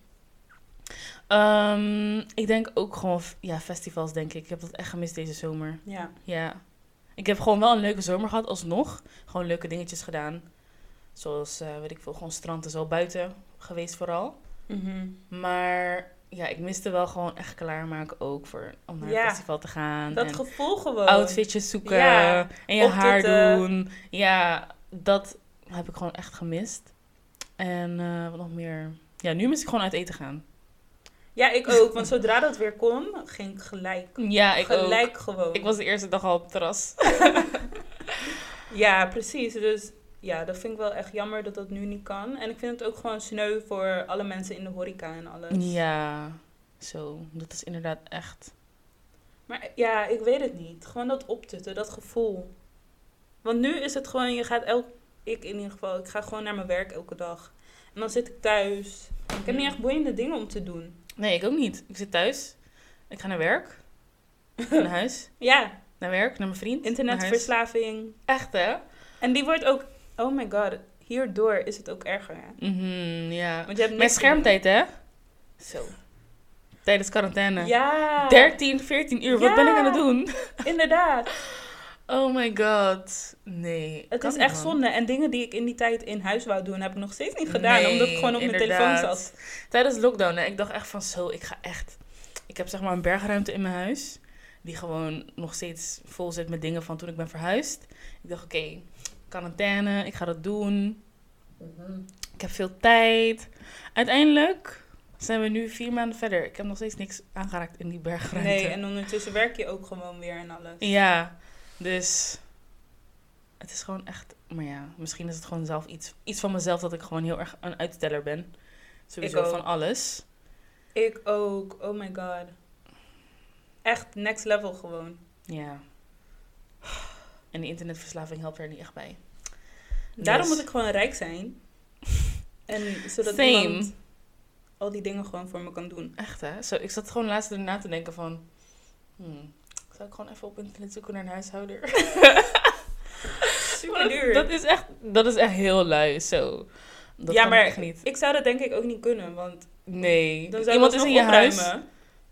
Um, ik denk ook gewoon, ja, festivals denk ik. Ik heb dat echt gemist deze zomer. Ja. Ja. Ik heb gewoon wel een leuke zomer gehad, alsnog. Gewoon leuke dingetjes gedaan. Zoals, uh, weet ik veel, gewoon strand en zo buiten geweest vooral. Mm-hmm. Maar ja, ik miste wel gewoon echt klaarmaken ook voor, om naar Ja, een festival te gaan. Dat en gevoel gewoon. outfitjes zoeken Ja, en je haar optutten. doen. Ja, dat heb ik gewoon echt gemist. En uh, wat nog meer? Ja, nu mis ik gewoon uit eten gaan. Ja, ik ook. Want zodra dat weer kon, ging ik gelijk. Ja, ik gelijk ook. gewoon. Ik was de eerste dag al op het terras. Ja, precies. Dus ja, dat vind ik wel echt jammer dat dat nu niet kan. En ik vind het ook gewoon sneu voor alle mensen in de horeca en alles. Ja, zo. Dat is inderdaad echt... Maar ja, ik weet het niet. Gewoon dat optutten, dat gevoel. Want nu is het gewoon, je gaat elk... Ik in ieder geval, ik ga gewoon naar mijn werk elke dag. En dan zit ik thuis. Ik heb niet echt boeiende dingen om te doen. Nee, ik ook niet. Ik zit thuis. Ik ga naar werk. Naar huis. Ja. Naar werk, naar mijn vriend. Internetverslaving. Echt, hè? En die wordt ook... Oh my god, hierdoor is het ook erger, hè? Mm-hmm, ja. Want je hebt Mijn niks schermtijd, hè? Zo. Tijdens quarantaine. Ja. dertien, veertien uur. Wat Ja. ben ik aan het doen? Inderdaad. Oh my god. Nee. Het kan is niet, echt man. zonde. En dingen die ik in die tijd in huis wou doen, heb ik nog steeds niet gedaan. Nee, omdat ik gewoon op mijn telefoon inderdaad. zat. Tijdens lockdown, hè, ik dacht echt van zo, ik ga echt... Ik heb zeg maar een bergruimte in mijn huis. Die gewoon nog steeds vol zit met dingen van toen ik ben verhuisd. Ik dacht, oké, okay, quarantaine, ik ga dat doen. Mm-hmm. Ik heb veel tijd. Uiteindelijk zijn we nu vier maanden verder. Ik heb nog steeds niks aangeraakt in die bergruimte. Nee, en ondertussen werk je ook gewoon weer en alles. Ja, dus... Het is gewoon echt... Maar ja, misschien is het gewoon zelf iets, iets van mezelf dat ik gewoon heel erg een uitsteller ben. Sowieso Ik ook. van alles. Ik ook. Oh my god. Echt next level gewoon. Ja. En die internetverslaving helpt er niet echt bij. Daarom Dus- moet ik gewoon rijk zijn. En zodat Same. iemand al die dingen gewoon voor me kan doen. Echt, hè? Zo, ik zat gewoon laatst erna te denken van... Hmm, zou ik gewoon even op internet zoeken naar een huishouder? Super duur. Dat is echt, dat is echt heel lui, zo. Dat ja, kan maar ik echt niet. ik zou dat denk ik ook niet kunnen. Want Nee. dan zou Iemand ik is in alsnog je huis. opruimen.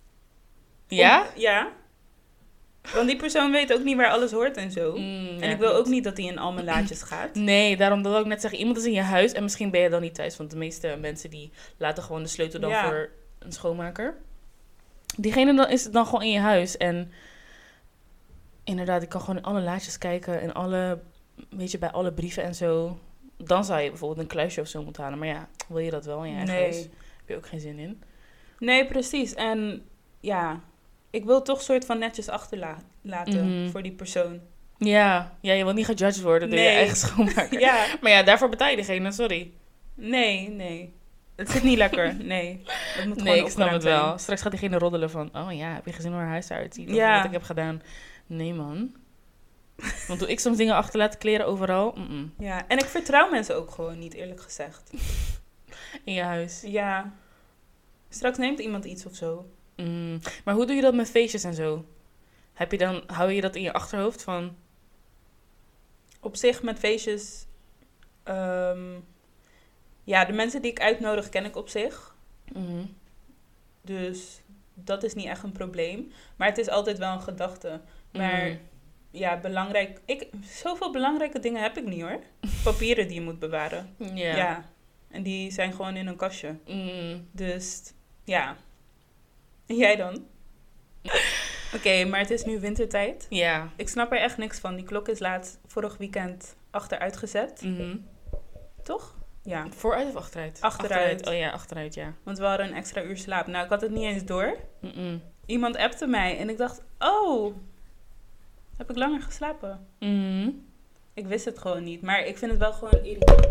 Ja? Om- ja. Want die persoon weet ook niet waar alles hoort en zo. Mm, en ja, ik wil klopt. ook niet dat hij in al mijn laadjes gaat. Nee, daarom dat wil ik net zeggen. Iemand is in je huis en misschien ben je dan niet thuis. Want de meeste mensen die laten gewoon de sleutel dan Ja. voor een schoonmaker. Diegene dan is dan gewoon in je huis. En inderdaad, ik kan gewoon in alle laadjes kijken. En alle, weet je, bij alle brieven en zo. Dan zou je bijvoorbeeld een kluisje of zo moeten halen. Maar ja, wil je dat wel in je eigen Nee. huis? Heb je ook geen zin in. Nee, precies. En ja, ik wil toch soort van netjes achterlaten Mhm. voor die persoon. Ja, ja, je wil niet gejudged worden door Nee. je eigen schoonmaker. Ja, Maar ja, daarvoor betaal je diegene, sorry. nee, nee. Het zit niet lekker. Nee. Het moet Nee, gewoon ik snap het opgeruimd wel. zijn. Straks gaat diegene roddelen van... Oh ja, heb je gezien hoe haar huis eruit ziet? Of Ja. wat ik heb gedaan. Nee, man. Want toen ik soms dingen achterlaat, kleren overal. Mm-mm. Ja, en ik vertrouw mensen ook gewoon niet, eerlijk gezegd. In je huis. Ja. Straks neemt iemand iets of zo. Mm. Maar hoe doe je dat met feestjes en zo? Heb je dan, hou je dat in je achterhoofd van... Op zich met feestjes... ehm, ja, de mensen die ik uitnodig ken ik op zich. Mm. Dus dat is niet echt een probleem. Maar het is altijd wel een gedachte. Maar Mm. ja, belangrijk... Ik, zoveel belangrijke dingen heb ik niet hoor. Papieren die je moet bewaren. Ja. Ja. En die zijn gewoon in een kastje. Mm. Dus ja. En jij dan? Oké, maar het is nu wintertijd. Ja. Ik snap er echt niks van. Die klok is laatst vorig weekend achteruit gezet. Mhm. Toch? Ja. Vooruit of achteruit? Achteruit. Oh ja, achteruit, ja. Want we hadden een extra uur slaap. Nou, ik had het niet eens door. Mm-mm. Iemand appte mij en ik dacht, oh, heb ik langer geslapen? Mhm. Ik wist het gewoon niet. Maar ik vind het wel gewoon irritant.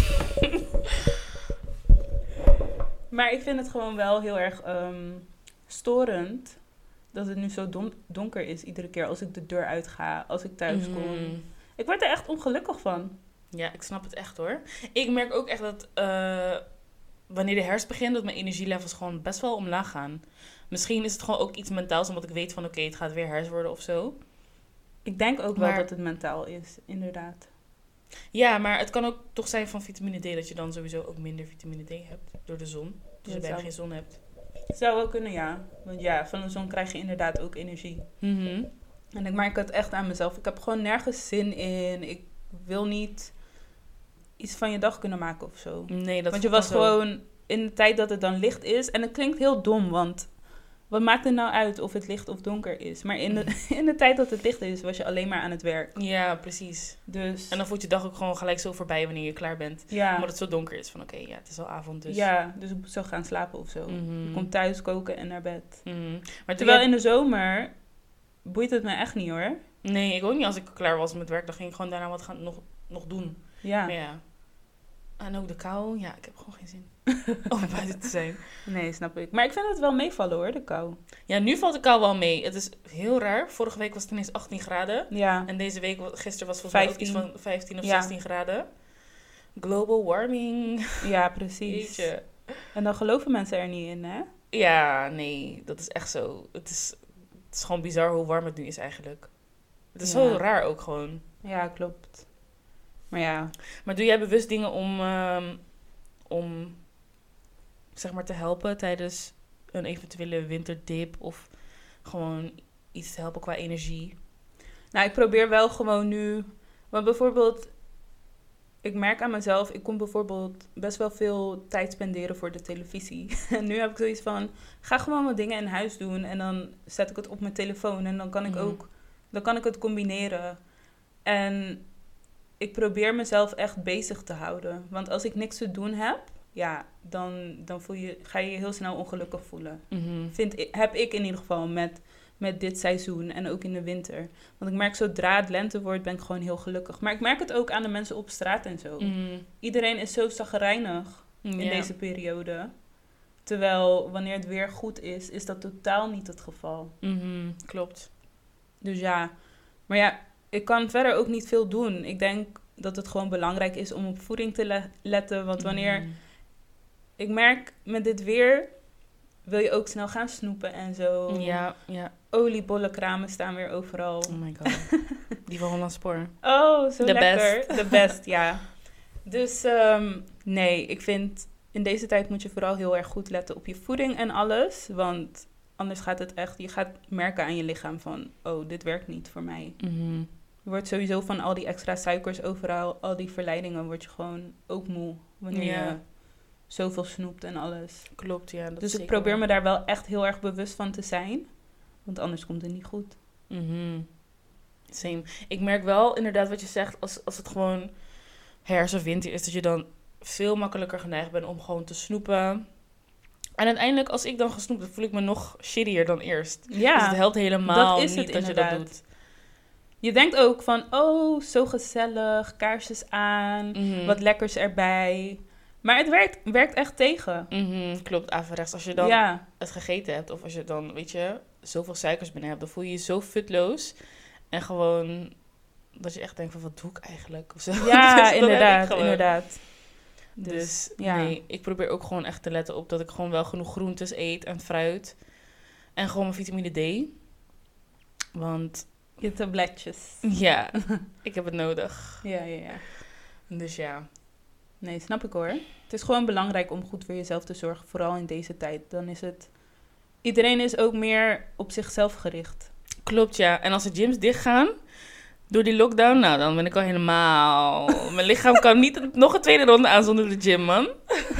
Maar ik vind het gewoon wel heel erg ehm, storend dat het nu zo don- donker is iedere keer als ik de deur uitga, als ik thuis kom. Mhm. Ik word er echt ongelukkig van. Ja, ik snap het echt hoor. Ik merk ook echt dat eh, wanneer de herfst begint, dat mijn energielevels gewoon best wel omlaag gaan. Misschien is het gewoon ook iets mentaals, omdat ik weet van oké, het gaat weer herfst worden of zo. Ik denk ook wel Maar- dat het mentaal is, inderdaad. Ja, maar het kan ook toch zijn van vitamine D dat je dan sowieso ook minder vitamine D hebt door de zon. Dus je bijna geen zon hebt. Zou wel kunnen, ja. Want ja, van de zon krijg je inderdaad ook energie. Mm-hmm. En ik merk het echt aan mezelf. Ik heb gewoon nergens zin in. Ik wil niet iets van je dag kunnen maken of zo. Nee, dat Want je was zo. gewoon in de tijd dat het dan licht is. En het klinkt heel dom, want wat maakt het nou uit of het licht of donker is? Maar in de, in de tijd dat het licht is, was je alleen maar aan het werk. Ja, precies. Dus, En dan voelt je dag ook gewoon gelijk zo voorbij wanneer je klaar bent. ja, Omdat het zo donker is. Van oké, okay, ja, het is al avond dus. ja, dus ik moet zo gaan slapen of zo. Mm-hmm. Je komt thuis koken en naar bed. Mm-hmm. Maar Terwijl jij... in de zomer boeit het me echt niet hoor. Nee, ik ook niet. Als ik klaar was met werk, dan ging ik gewoon daarna wat gaan nog, nog doen. Ja. Maar ja. En ook de kou. Ja, ik heb gewoon geen zin om buiten te zijn. Nee, snap ik. Maar ik vind het wel meevallen hoor, de kou. Ja, nu valt de kou wel mee. Het is heel raar. Vorige week was het ineens achttien graden. Ja. En deze week, gisteren was volgens mij ook iets van vijftien of Ja. zestien graden. Global warming. Ja, precies. Jeetje. En dan geloven mensen er niet in, hè? Ja, nee, dat is echt zo. Het is, het is gewoon bizar hoe warm het nu is eigenlijk. Het is Ja. zo raar ook gewoon. Ja, klopt. Maar ja. Maar doe jij bewust dingen om, um, om zeg maar te helpen tijdens een eventuele winterdip of gewoon iets te helpen qua energie? Nou, ik probeer wel gewoon nu... Want bijvoorbeeld, ik merk aan mezelf, ik kon bijvoorbeeld best wel veel tijd spenderen voor de televisie. En nu heb ik zoiets van, ga gewoon wat dingen in huis doen en dan zet ik het op mijn telefoon en dan kan ik Mhm. ook, dan kan ik het combineren. En ik probeer mezelf echt bezig te houden. Want als ik niks te doen heb, ja, dan, dan voel je, ga je je heel snel ongelukkig voelen. Mhm. Vind ik, heb ik in ieder geval met, met dit seizoen en ook in de winter. Want ik merk zodra het lente wordt, ben ik gewoon heel gelukkig. Maar ik merk het ook aan de mensen op straat en zo. Mhm. Iedereen is zo chagrijnig in Ja. deze periode. Terwijl wanneer het weer goed is, is dat totaal niet het geval. Mhm. Klopt. Dus ja, maar ja, ik kan verder ook niet veel doen. Ik denk dat het gewoon belangrijk is om op voeding te le- letten. Want wanneer... Mhm. Ik merk met dit weer wil je ook snel gaan snoepen en zo. Ja, ja. Oliebollenkramen staan weer overal. Oh my god. Die van Holland Spoor. Oh, zo The lekker. De best, ja. Dus um, nee, ik vind in deze tijd moet je vooral heel erg goed letten op je voeding en alles. Want anders gaat het echt, je gaat merken aan je lichaam van, oh, dit werkt niet voor mij. Mhm. Je wordt sowieso van al die extra suikers overal, al die verleidingen, word je gewoon ook moe. Wanneer Ja. je zoveel snoept en alles. Klopt, ja. Dat Dus is ik zeker probeer waar. me daar wel echt heel erg bewust van te zijn. Want anders komt het niet goed. Mhm. Same. Ik merk wel inderdaad wat je zegt, als, als het gewoon herfst of winter is, dat je dan veel makkelijker geneigd bent om gewoon te snoepen. En uiteindelijk, als ik dan gesnoept heb, voel ik me nog shittier dan eerst. Ja, Dus het helpt helemaal dat is niet het dat je dat inderdaad. doet. Je denkt ook van, oh, zo gezellig, kaarsjes aan, Mhm. wat lekkers erbij. Maar het werkt, werkt echt tegen. Mhm, klopt, averechts. Als je dan Ja, het gegeten hebt, of als je dan, weet je, zoveel suikers binnen hebt, dan voel je je zo futloos. En gewoon dat je echt denkt van, wat doe ik eigenlijk? Of zo. Dus ja dat heb ik inderdaad, gewoon. inderdaad. Dus, Dus, ja. nee, ik probeer ook gewoon echt te letten op dat ik gewoon wel genoeg groentes eet en fruit. En gewoon mijn vitamine D. Want Je tabletjes. ja, ik heb het nodig. Ja, ja, ja. Dus ja. Nee, snap ik hoor. Het is gewoon belangrijk om goed voor jezelf te zorgen, vooral in deze tijd. Dan is het... Iedereen is ook meer op zichzelf gericht. Klopt, ja. En als de gyms dichtgaan door die lockdown, nou, dan ben ik al helemaal... Mijn lichaam kan niet nog een tweede ronde aan zonder de gym, man.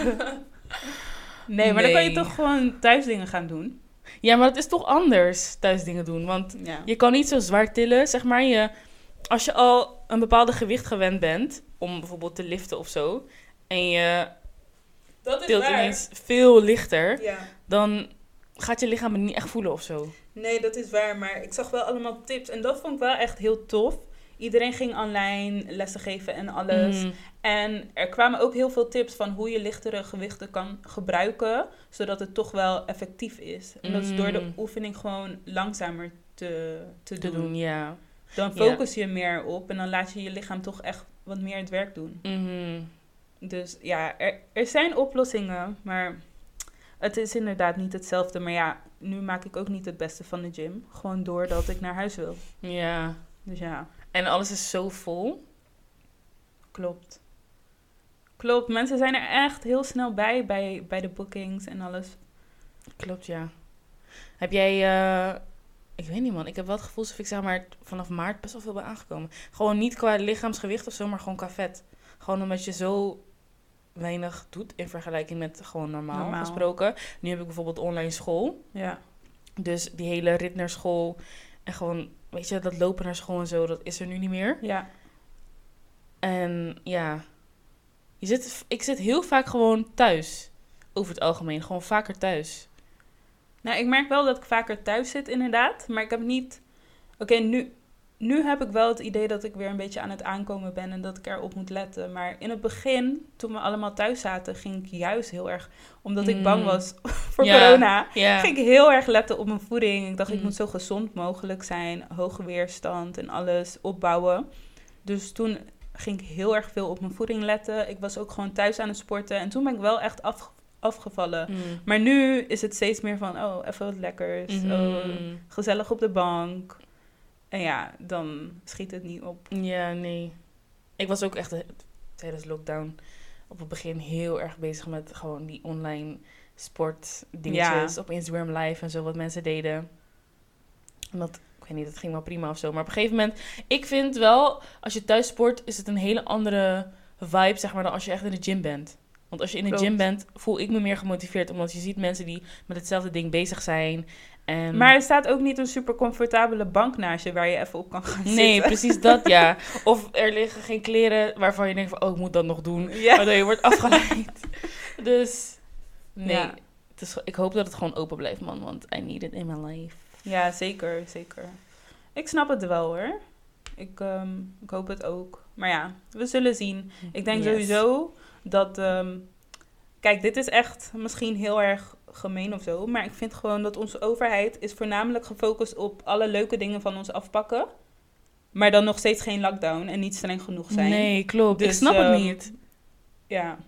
Nee, maar dan kan je Nee. toch gewoon thuis dingen gaan doen. Ja, maar het is toch anders thuis dingen doen. Want Ja. je kan niet zo zwaar tillen, zeg maar. Je, als je al een bepaalde gewicht gewend bent, om bijvoorbeeld te liften of zo, en je Dat tilt ineens veel lichter, Ja. dan gaat je lichaam het niet echt voelen of zo. Nee, dat is waar. Maar ik zag wel allemaal tips. En dat vond ik wel echt heel tof. Iedereen ging online lessen geven en alles. Mhm. En er kwamen ook heel veel tips van hoe je lichtere gewichten kan gebruiken. Zodat het toch wel effectief is. En dat is door de Mm. oefening gewoon langzamer te, te, Te doen. doen, ja. Dan focus je meer op. En dan laat je je lichaam toch echt wat meer het werk doen. Mhm. Dus ja, er, er zijn oplossingen. Maar het is inderdaad niet hetzelfde. Maar ja, nu maak ik ook niet het beste van de gym. Gewoon doordat ik naar huis wil. Ja. Dus ja. En alles is zo vol. Klopt. Klopt, mensen zijn er echt heel snel bij, bij, bij de bookings en alles. Klopt, ja. Heb jij... Uh, ik weet niet, man. Ik heb wel het gevoel alsof ik zeg maar vanaf maart best wel veel ben aangekomen. Gewoon niet qua lichaamsgewicht of zo, maar gewoon qua vet. Gewoon omdat je zo weinig doet in vergelijking met gewoon normaal, normaal. gesproken. Nu heb ik bijvoorbeeld online school. Ja. Dus die hele rit naar school en gewoon, weet je, dat lopen naar school en zo, dat is er nu niet meer. Ja. En ja, je zit, ik zit heel vaak gewoon thuis. Over het algemeen, gewoon vaker thuis. Nou, ik merk wel dat ik vaker thuis zit, inderdaad. Maar ik heb niet... Oké, okay, nu, nu heb ik wel het idee dat ik weer een beetje aan het aankomen ben en dat ik erop moet letten. Maar in het begin, toen we allemaal thuis zaten, ging ik juist heel erg... Omdat mm. ik bang was voor ja, corona, ja. ging ik heel erg letten op mijn voeding. Ik dacht, mm. ik moet zo gezond mogelijk zijn, hoge weerstand en alles opbouwen. Dus toen ging ik heel erg veel op mijn voeding letten. Ik was ook gewoon thuis aan het sporten en toen ben ik wel echt afgevallen. afgevallen. Mm. Maar nu is het steeds meer van, oh, even wat lekkers. Mm-hmm. Oh, gezellig op de bank. En ja, dan schiet het niet op. Ja, nee. Ik was ook echt tijdens lockdown op het begin heel erg bezig met gewoon die online sportdingetjes ja. op Instagram live en zo, wat mensen deden. En dat, ik weet niet, dat ging wel prima of zo. Maar op een gegeven moment, ik vind wel, als je thuis sport, is het een hele andere vibe, zeg maar, dan als je echt in de gym bent. Want als je in de Klopt. gym bent, voel ik me meer gemotiveerd. Omdat je ziet mensen die met hetzelfde ding bezig zijn. En... Maar er staat ook niet een super comfortabele bank naast je waar je even op kan gaan zitten. Nee, precies dat, ja. Of er liggen geen kleren waarvan je denkt van, oh, ik moet dat nog doen. Ja. Waardoor je wordt afgeleid. Dus, nee. Ja. Het is, ik hoop dat het gewoon open blijft, man. Want I need it in my life. Ja, zeker, zeker. Ik snap het wel, hoor. Ik, um, ik hoop het ook. Maar ja, we zullen zien. Ik denk yes. sowieso... Dat, um, kijk, dit is echt misschien heel erg gemeen of zo. Maar ik vind gewoon dat onze overheid is voornamelijk gefocust op alle leuke dingen van ons afpakken. Maar dan nog steeds geen lockdown en niet streng genoeg zijn. Nee, klopt. Dus, ik snap um, het niet. Ja.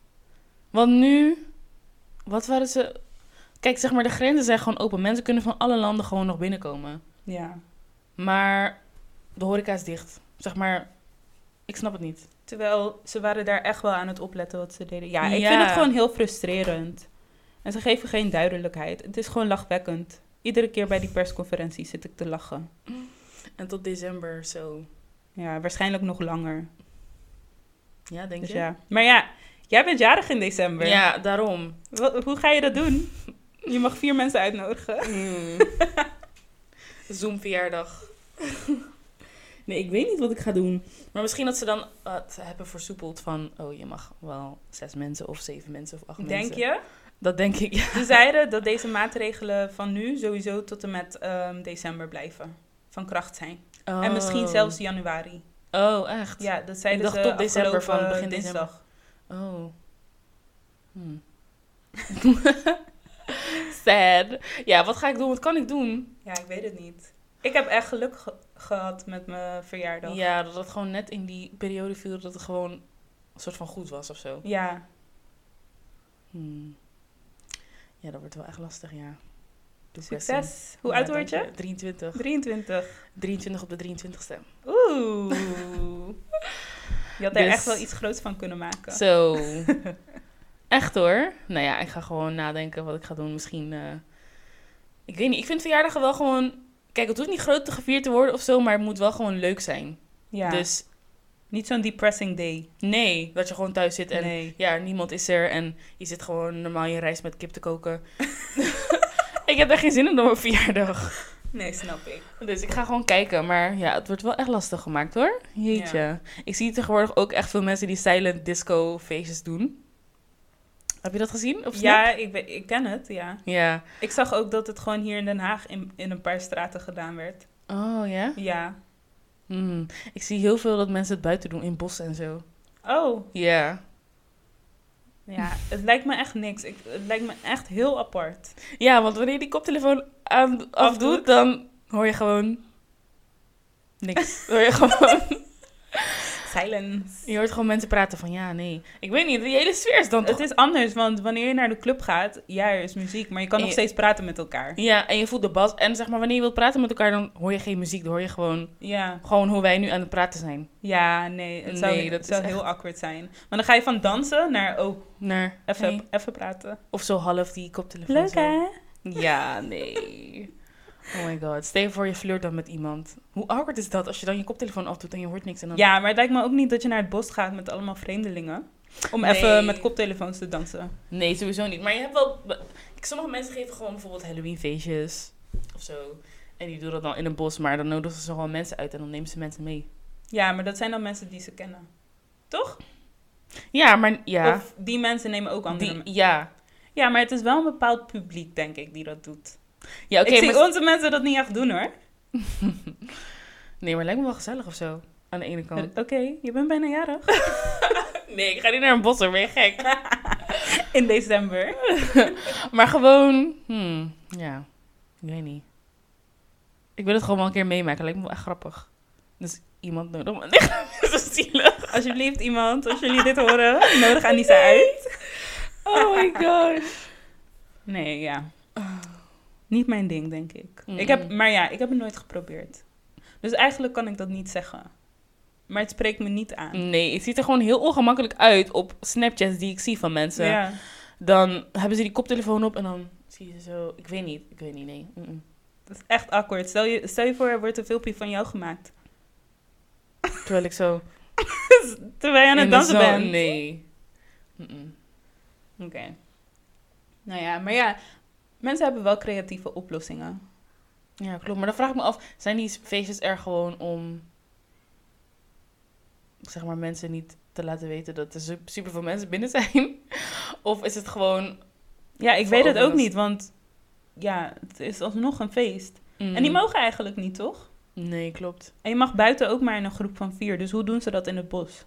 Want nu, wat waren ze... Kijk, zeg maar, de grenzen zijn gewoon open. Mensen kunnen van alle landen gewoon nog binnenkomen. Ja. Maar de horeca is dicht. Zeg maar, ik snap het niet. Terwijl ze waren daar echt wel aan het opletten wat ze deden. Ja, ik ja. vind het gewoon heel frustrerend. En ze geven geen duidelijkheid. Het is gewoon lachwekkend. Iedere keer bij die persconferentie zit ik te lachen. En tot december zo. Ja, waarschijnlijk nog langer. Ja, denk dus je? Ja. Maar ja, jij bent jarig in december. Ja, daarom. Wat, hoe ga je dat doen? Je mag vier mensen uitnodigen. Mm. Zoom-verjaardag. Nee, ik weet niet wat ik ga doen. Maar misschien dat ze dan uh, het hebben versoepeld van... Oh, je mag wel zes mensen of zeven mensen of acht denk mensen. Denk je? Dat denk ik, ja. Ze zeiden dat deze maatregelen van nu sowieso tot en met um, december blijven. Van kracht zijn. Oh. En misschien zelfs januari. Oh, echt? Ja, dat zeiden ik dacht ze tot december van begin dinsdag. December. Oh. Hmm. Sad. Ja, wat ga ik doen? Wat kan ik doen? Ja, ik weet het niet. Ik heb echt geluk ge- gehad met mijn verjaardag. Ja, dat het gewoon net in die periode viel dat het gewoon een soort van goed was of zo. Ja. Hmm. Ja, dat wordt wel echt lastig, ja. Dus succes. Hoe ja, oud word je? drieëntwintig. drieëntwintig. drieëntwintig op de drieëntwintigste. Oeh. Je had er dus echt wel iets groots van kunnen maken. Zo. Echt hoor. Nou ja, ik ga gewoon nadenken wat ik ga doen. Misschien, uh... ik weet niet. Ik vind verjaardagen wel gewoon... Kijk, het hoeft niet groot te gevierd te worden of zo, maar het moet wel gewoon leuk zijn. Ja. Dus niet zo'n depressing day. Nee, dat je gewoon thuis zit en nee. ja, niemand is er en je zit gewoon normaal je rijst met kip te koken. Ik heb daar geen zin in op mijn verjaardag. Nee, snap ik. Dus ik ga gewoon kijken, maar ja, het wordt wel echt lastig gemaakt hoor. Jeetje. Ja. Ik zie tegenwoordig ook echt veel mensen die silent disco feestjes doen. Heb je dat gezien? Op Snap? Ja, ik, ben, ik ken het, ja. Ja. Ik zag ook dat het gewoon hier in Den Haag in, in een paar straten gedaan werd. Oh, ja? Ja. Mm. Ik zie heel veel dat mensen het buiten doen, in bossen en zo. Oh. Ja. Ja, het lijkt me echt niks. Ik, het lijkt me echt heel apart. Ja, want wanneer je die koptelefoon aan, afdoet, dan hoor je gewoon niks. hoor je gewoon Silence. Je hoort gewoon mensen praten van, ja, nee. Ik weet niet, die hele sfeer is dan toch... Het is anders, want wanneer je naar de club gaat, ja, er is muziek, maar je kan En nog je- steeds praten met elkaar. Ja, en je voelt de bas. En zeg maar, wanneer je wilt praten met elkaar, dan hoor je geen muziek. Dan hoor je gewoon, Ja, gewoon hoe wij nu aan het praten zijn. ja nee, het zou, Nee, het dat zou is heel echt- awkward zijn. Maar dan ga je van dansen naar, oh, Naar, even, hey. even praten. Of zo half die koptelefoon. Leuk, zo. hè? Ja, nee. Oh my god. Stel je voor je flirt dan met iemand. Hoe awkward is dat als je dan je koptelefoon afdoet en je hoort niks en dan... Ja, maar het lijkt me ook niet dat je naar het bos gaat met allemaal vreemdelingen. Om Nee. even met koptelefoons te dansen. Nee, sowieso niet. Maar je hebt wel... Sommige mensen geven gewoon bijvoorbeeld Halloween feestjes of zo. En die doen dat dan in een bos, maar dan nodigen ze gewoon mensen uit en dan nemen ze mensen mee. Ja, maar dat zijn dan mensen die ze kennen. Toch? Ja, maar ja. Of die mensen nemen ook andere die, mensen. ja. Ja, maar het is wel een bepaald publiek, denk ik, die dat doet. Ja, oké. ik zie maar... onze mensen dat niet echt doen, hoor. Nee, maar het lijkt me wel gezellig of zo. Aan de ene kant. Oké, je bent bijna jarig. Nee, ik ga niet naar een bos, hoor. Ben je gek? In december. Maar gewoon... Hmm, ja. Ik weet niet. Ik wil het gewoon wel een keer meemaken. Lijkt me wel echt grappig. Dus iemand nodig. Maar nee, dat is zo zielig. Alsjeblieft, iemand, als jullie dit horen, nodig Anissa uit. Oh my god. Nee, ja. Niet mijn ding, denk ik. Mm-mm. ik heb, maar ja, ik heb het nooit geprobeerd. Dus eigenlijk kan ik dat niet zeggen. Maar het spreekt me niet aan. Nee, het ziet er gewoon heel ongemakkelijk uit op Snapchats die ik zie van mensen. Ja. Dan hebben ze die koptelefoon op en dan zie je ze zo... Ik weet niet, ik weet niet, nee. Mm-mm. Dat is echt awkward. Stel je, stel je voor, er wordt een filmpje van jou gemaakt. Terwijl ik zo... Terwijl je aan het in de dansen zon- bent. Nee. Mm-mm. Oké. Nou ja, maar ja, mensen hebben wel creatieve oplossingen. Ja, klopt. Maar dan vraag ik me af, zijn die feestjes er gewoon om... zeg maar, mensen niet te laten weten dat er super veel mensen binnen zijn? Of is het gewoon... Ja, ik Voor weet het ook overlast. niet, want ja, het is alsnog een feest. Mm. En die mogen eigenlijk niet, toch? Nee, klopt. En je mag buiten ook maar in een groep van vier. Dus hoe doen ze dat in het bos?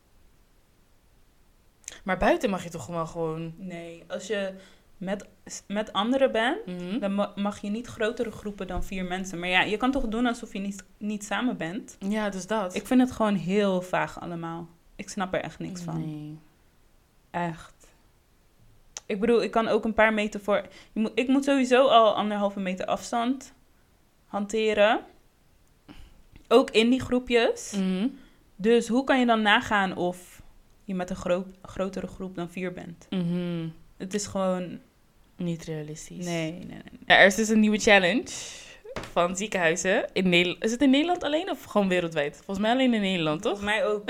Maar buiten mag je toch wel gewoon... Nee, als je met, met anderen bent, Mhm. dan ma- mag je niet grotere groepen dan vier mensen. Maar ja, je kan toch doen alsof je niet, niet samen bent? Ja, dus dat. Ik vind het gewoon heel vaag allemaal. Ik snap er echt niks van. Nee. Echt. Ik bedoel, ik kan ook een paar meter voor... Je moet, ik moet sowieso al anderhalve meter afstand hanteren. Ook in die groepjes. Mhm. Dus hoe kan je dan nagaan of je met een gro- grotere groep dan vier bent? Mhm. Het is gewoon... Niet realistisch. Nee, nee, nee. Ja, er is dus een nieuwe challenge van ziekenhuizen. In Nederland. Is het in Nederland alleen of gewoon wereldwijd? Volgens mij alleen in Nederland, toch? Volgens mij ook.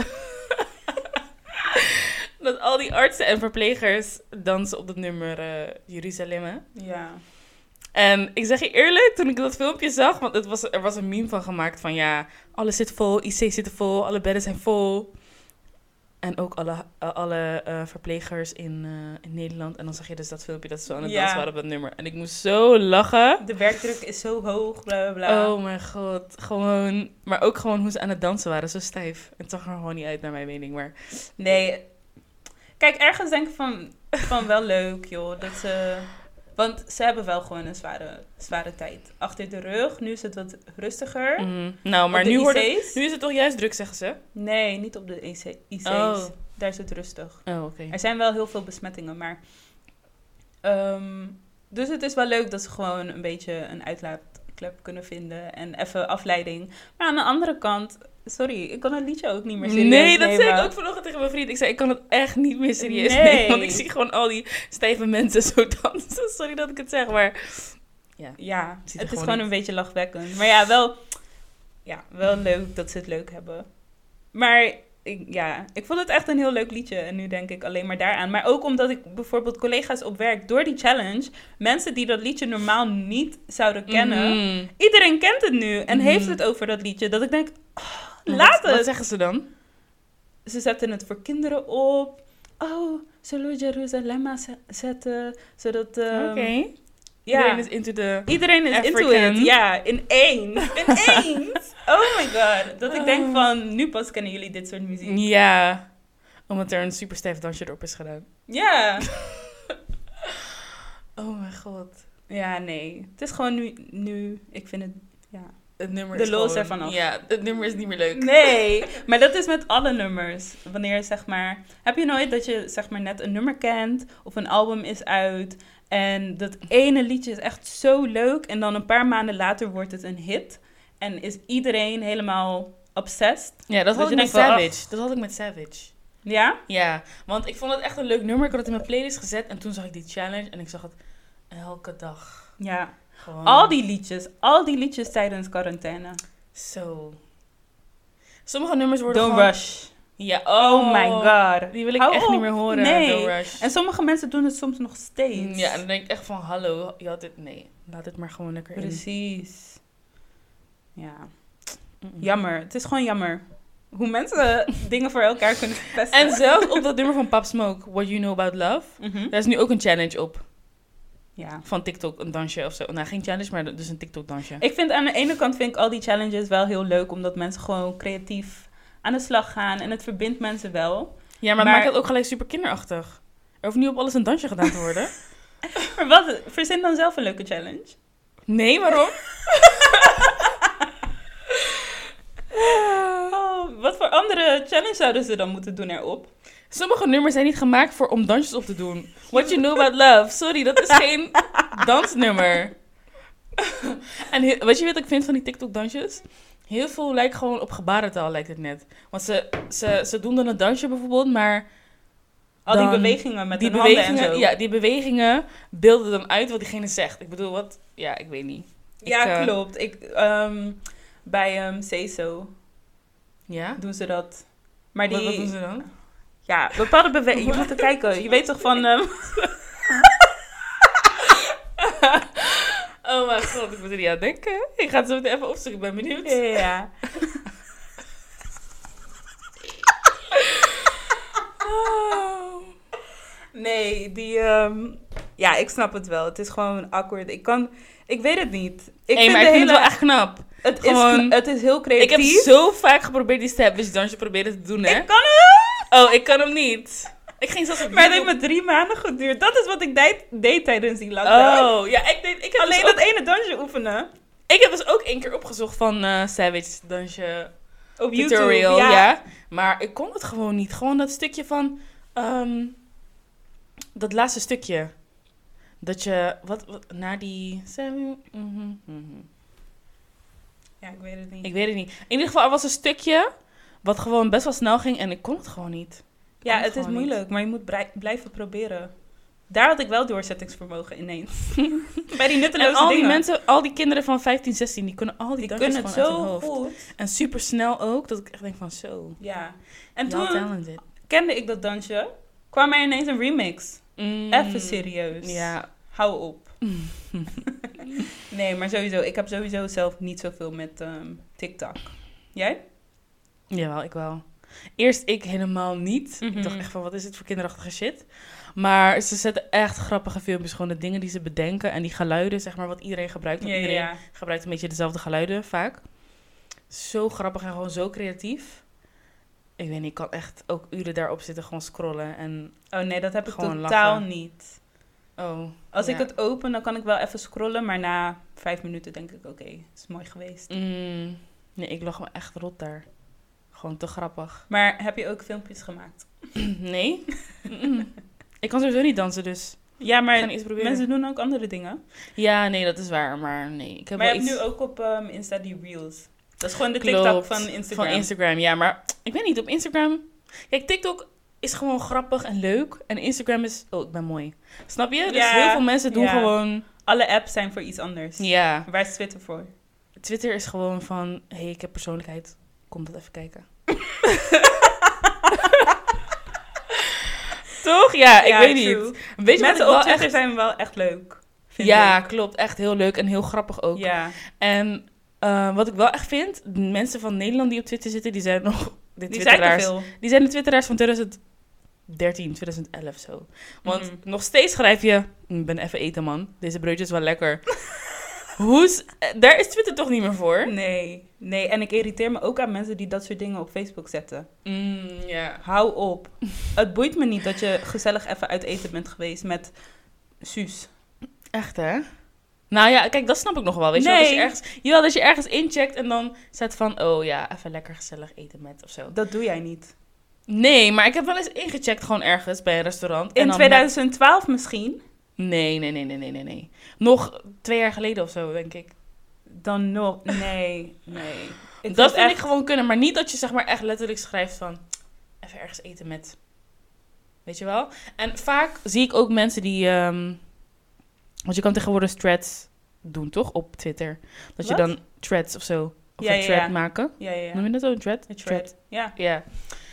Dat al die artsen en verplegers dansen op het nummer eh Jeruzalem. Hè? Ja. En ik zeg je eerlijk, toen ik dat filmpje zag, want het was, er was een meme van gemaakt van ja, alles zit vol, I C's zitten vol, alle bedden zijn vol. En ook alle, uh, alle uh, verplegers in, uh, in Nederland. En dan zag je dus dat filmpje dat ze zo aan het Ja. dansen waren op dat nummer. En ik moest zo lachen. De werkdruk is zo hoog, bla bla bla. Oh mijn god, gewoon... Maar ook gewoon hoe ze aan het dansen waren, zo stijf. Het zag er gewoon niet uit, naar mijn mening, maar... Nee. Kijk, ergens denk ik van, van wel leuk, joh. Dat ze... Want ze hebben wel gewoon een zware, zware tijd achter de rug. Nu is het wat rustiger. Mm. Nou, maar Op de nu, I C's? hoorde, nu is het toch juist druk, zeggen ze? Nee, niet op de I C- I C's. Oh. Daar is het rustig. Oh, oké. Er zijn wel heel veel besmettingen, maar... ehm, dus het is wel leuk dat ze gewoon een beetje een uitlaatklep kunnen vinden. En even afleiding. Maar aan de andere kant... Sorry, ik kan het liedje ook niet meer serieus Nee, dat nemen. zei ik ook vanochtend tegen mijn vriend. Ik zei, ik kan het echt niet meer serieus Nee. nemen. Want ik zie gewoon al die stijve mensen zo dansen. Sorry dat ik het zeg, maar... Ja. Ja, Ziet er het is gewoon gewoon niet- een beetje lachwekkend. Maar ja, wel, ja, wel leuk dat ze het leuk hebben. Maar ik, ja, ik vond het echt een heel leuk liedje. En nu denk ik alleen maar daaraan. Maar ook omdat ik bijvoorbeeld collega's op werk, door die challenge, mensen die dat liedje normaal niet zouden kennen, Mhm. iedereen kent het nu en Mhm. heeft het over dat liedje. Dat ik denk, oh, Wat- laat het. Wat zeggen ze dan? Ze zetten het voor kinderen op. Oh, zullen we Jeruzalem z- zetten? Zodat, ehm, Oké. ja. Iedereen is into the... Iedereen is into African. it. Ja, in één. In één. Oh my god. Dat ik denk van, nu pas kennen jullie dit soort muziek. Ja. Omdat er een super stijf dansje erop is gedaan. Ja. Oh mijn god. Ja, nee. Het is gewoon nu, nu ik vind het, ja. het nummer de is lol is gewoon... er vanaf. Ja, het nummer is niet meer leuk. Nee, maar dat is met alle nummers. Wanneer zeg maar... Heb je nooit dat je zeg maar net een nummer kent of een album is uit en dat ene liedje is echt zo leuk en dan een paar maanden later wordt het een hit en is iedereen helemaal obsessed? Ja, dat had je ik met denkt wel, Savage. Dat had ik met Savage. Ja? Ja, want ik vond het echt een leuk nummer. Ik had het in mijn playlist gezet en toen zag ik die challenge en ik zag het elke dag. Ja. Gewoon Al die liedjes, al die liedjes tijdens quarantaine. zo. Sommige nummers worden Don't gewoon... Rush. Ja, oh, Oh my god. Die wil ik Hou echt op. niet meer horen, Nee. Don't Rush. En sommige mensen doen het soms nog steeds. Ja, en dan denk ik echt van, hallo, je had dit... Nee, laat het maar gewoon lekker in. Precies. Ja. Mm-mm. Jammer. Het is gewoon jammer. Hoe mensen dingen voor elkaar kunnen verpesten. En zelfs op dat nummer van Pop Smoke, What You Know About Love, Mhm. daar is nu ook een challenge op. Ja. Van TikTok, een dansje of zo. Nou, geen challenge, maar dus een TikTok dansje. Ik vind aan de ene kant vind ik al die challenges wel heel leuk, omdat mensen gewoon creatief aan de slag gaan en het verbindt mensen wel. Ja, maar, maar- het maakt het ook gelijk super kinderachtig. Er hoeft niet op alles een dansje gedaan te worden. Maar wat? Verzin dan zelf een leuke challenge. Nee, waarom? Oh, wat voor andere challenge zouden ze dan moeten doen erop? Sommige nummers zijn niet gemaakt voor om dansjes op te doen. What You Know About Love. Sorry, dat is geen dansnummer. En he- weet je wat ik vind van die TikTok-dansjes? Heel veel lijkt gewoon op gebarentaal, lijkt het net. Want ze, ze, ze doen dan een dansje bijvoorbeeld, maar... Al die dan- bewegingen met die hun handen en bewegingen, zo. ja, die bewegingen beelden dan uit wat diegene zegt. Ik bedoel, wat... Ja, ik weet niet. Ja, Ik, eh, klopt. Ik, ehm, bij um, Seso Ja? doen ze dat. Maar die... Wat, wat doen ze dan? Ja, bepaalde bewegingen. Je moet er kijken. Je weet toch van... ehm, Oh mijn god, ik moet er niet aan denken. Ik ga het zo meteen even opzoeken, ik ben benieuwd. Ja, ja. Oh. Nee, die... ehm, ja, ik snap het wel. Het is gewoon awkward. Ik kan... Ik weet het niet. Ik Hey, vind maar de ik vind hele... het wel echt knap. Het, gewoon- is, kn- het is heel Ik creatief. heb zo vaak geprobeerd die Savage dansje proberen te doen, hè. Ik kan het! Oh, ik kan hem niet. Ik ging zelfs op Maar het heeft YouTube- me drie maanden geduurd. Dat is wat ik deed, deed tijdens die lockdown. Oh, ja, ik, deed, ik, heb Alleen dus dat ook, ene dansje oefenen. ik heb dus ook één keer opgezocht van eh, Savage dansje Op tutorial, YouTube, ja. ja. Maar ik kon het gewoon niet. Gewoon dat stukje van... ehm, dat laatste stukje. Dat je... Wat, wat naar die... Mhm, mhm. Ja, ik weet het niet. Ik weet het niet. In ieder geval, er was een stukje... wat gewoon best wel snel ging en ik kon het gewoon niet. Ik ja, kon het is gewoon moeilijk, maar je moet brei- blijven proberen. Daar had ik wel doorzettingsvermogen ineens. Bij die niet. nutteloze En al die dingen. mensen, al die kinderen van vijftien, zestien... die kunnen al die, die dansjes kunnen het gewoon uit hun zo hoofd. goed. En super snel ook, dat ik echt denk van zo... Ja. En Y'all toen talented. kende ik dat dansje. Kwam er ineens een remix. Mm. Even serieus. Ja. Hou op. Nee, maar sowieso. Ik heb sowieso zelf niet zoveel met ehm, TikTok. Jij? Jawel, ik wel. Eerst ik helemaal niet. Mhm. Ik dacht echt van, wat is dit voor kinderachtige shit? Maar ze zetten echt grappige filmpjes. Gewoon de dingen die ze bedenken. En die geluiden, zeg maar, wat iedereen gebruikt. Want Ja, ja, iedereen ja. gebruikt een beetje dezelfde geluiden, vaak. Zo grappig en gewoon zo creatief. Ik weet niet, ik kan echt ook uren daarop zitten, gewoon scrollen. En, Oh nee, dat heb ik Gewoon totaal lachen. niet. oh. Als ja. ik het open, dan kan ik wel even scrollen. Maar na vijf minuten denk ik, oké, het is mooi geweest. Mm, nee, ik lag me echt rot daar. Gewoon te grappig. Maar heb je ook filmpjes gemaakt? Nee? Mm-mm. Ik kan sowieso niet dansen, dus Ja, ik ga maar niet eens proberen. mensen doen ook andere dingen. Ja, nee, dat is waar. Maar nee, ik heb Maar je wel hebt iets... nu ook op ehm, Insta die reels. Dat is gewoon de Klopt, TikTok van Instagram. Van Instagram, ja. Maar ik weet niet, op Instagram... Kijk, TikTok is gewoon grappig en leuk. En Instagram is... Oh, ik ben mooi. Snap je? Dus Ja, heel veel mensen doen ja. gewoon... Alle apps zijn voor iets anders. Ja. Waar is Twitter voor? Twitter is gewoon van... Hé, hey, ik heb persoonlijkheid. Kom dat even kijken. Toch? Ja, ik Ja, weet true. niet. Weet je wat ik Mensen wel op Twitter echt... zijn wel echt leuk. Vind Ja, ik. klopt. Echt heel leuk en heel grappig ook. Ja. En eh, wat ik wel echt vind... de mensen van Nederland die op Twitter zitten... Die zijn nog... De Die zijn te twitteraars. veel. Die zijn de twitteraars van twintig dertien, twintig elf zo. Want Mhm. nog steeds schrijf je... Ik ben even eten, man. Deze broodje is wel lekker. Hoe is... eh, Daar is Twitter toch niet meer voor? Nee, nee. En ik irriteer me ook aan mensen die dat soort dingen op Facebook zetten. Mm, ja. Hou op. Het boeit me niet dat je gezellig even uit eten bent geweest met Suus. Echt, hè? Nou ja, kijk, dat snap ik nog wel. Weet je wel, Nee. dat je ergens, jawel, dat je ergens incheckt en dan staat van... Oh ja, even lekker gezellig eten met of zo. Dat doe jij niet. Nee, maar ik heb wel eens ingecheckt gewoon ergens bij een restaurant. En In dan tweeduizend twaalf misschien? Met... Nee, nee, nee, nee, nee, nee, nee. Nog twee jaar geleden of zo, denk ik. Dan nog. Nee, nee. Ik Dat vind echt... ik gewoon kunnen. Maar niet dat je zeg maar echt letterlijk schrijft van... Even ergens eten met... Weet je wel? En vaak zie ik ook mensen die... Um... Want je kan tegenwoordig threads doen, toch? Op Twitter. Dat je Wat? dan threads of zo... Of Ja, een ja, thread ja. maken. Ja, ja, ja. Noem je dat zo? Een thread? Een thread. Ja. Ja.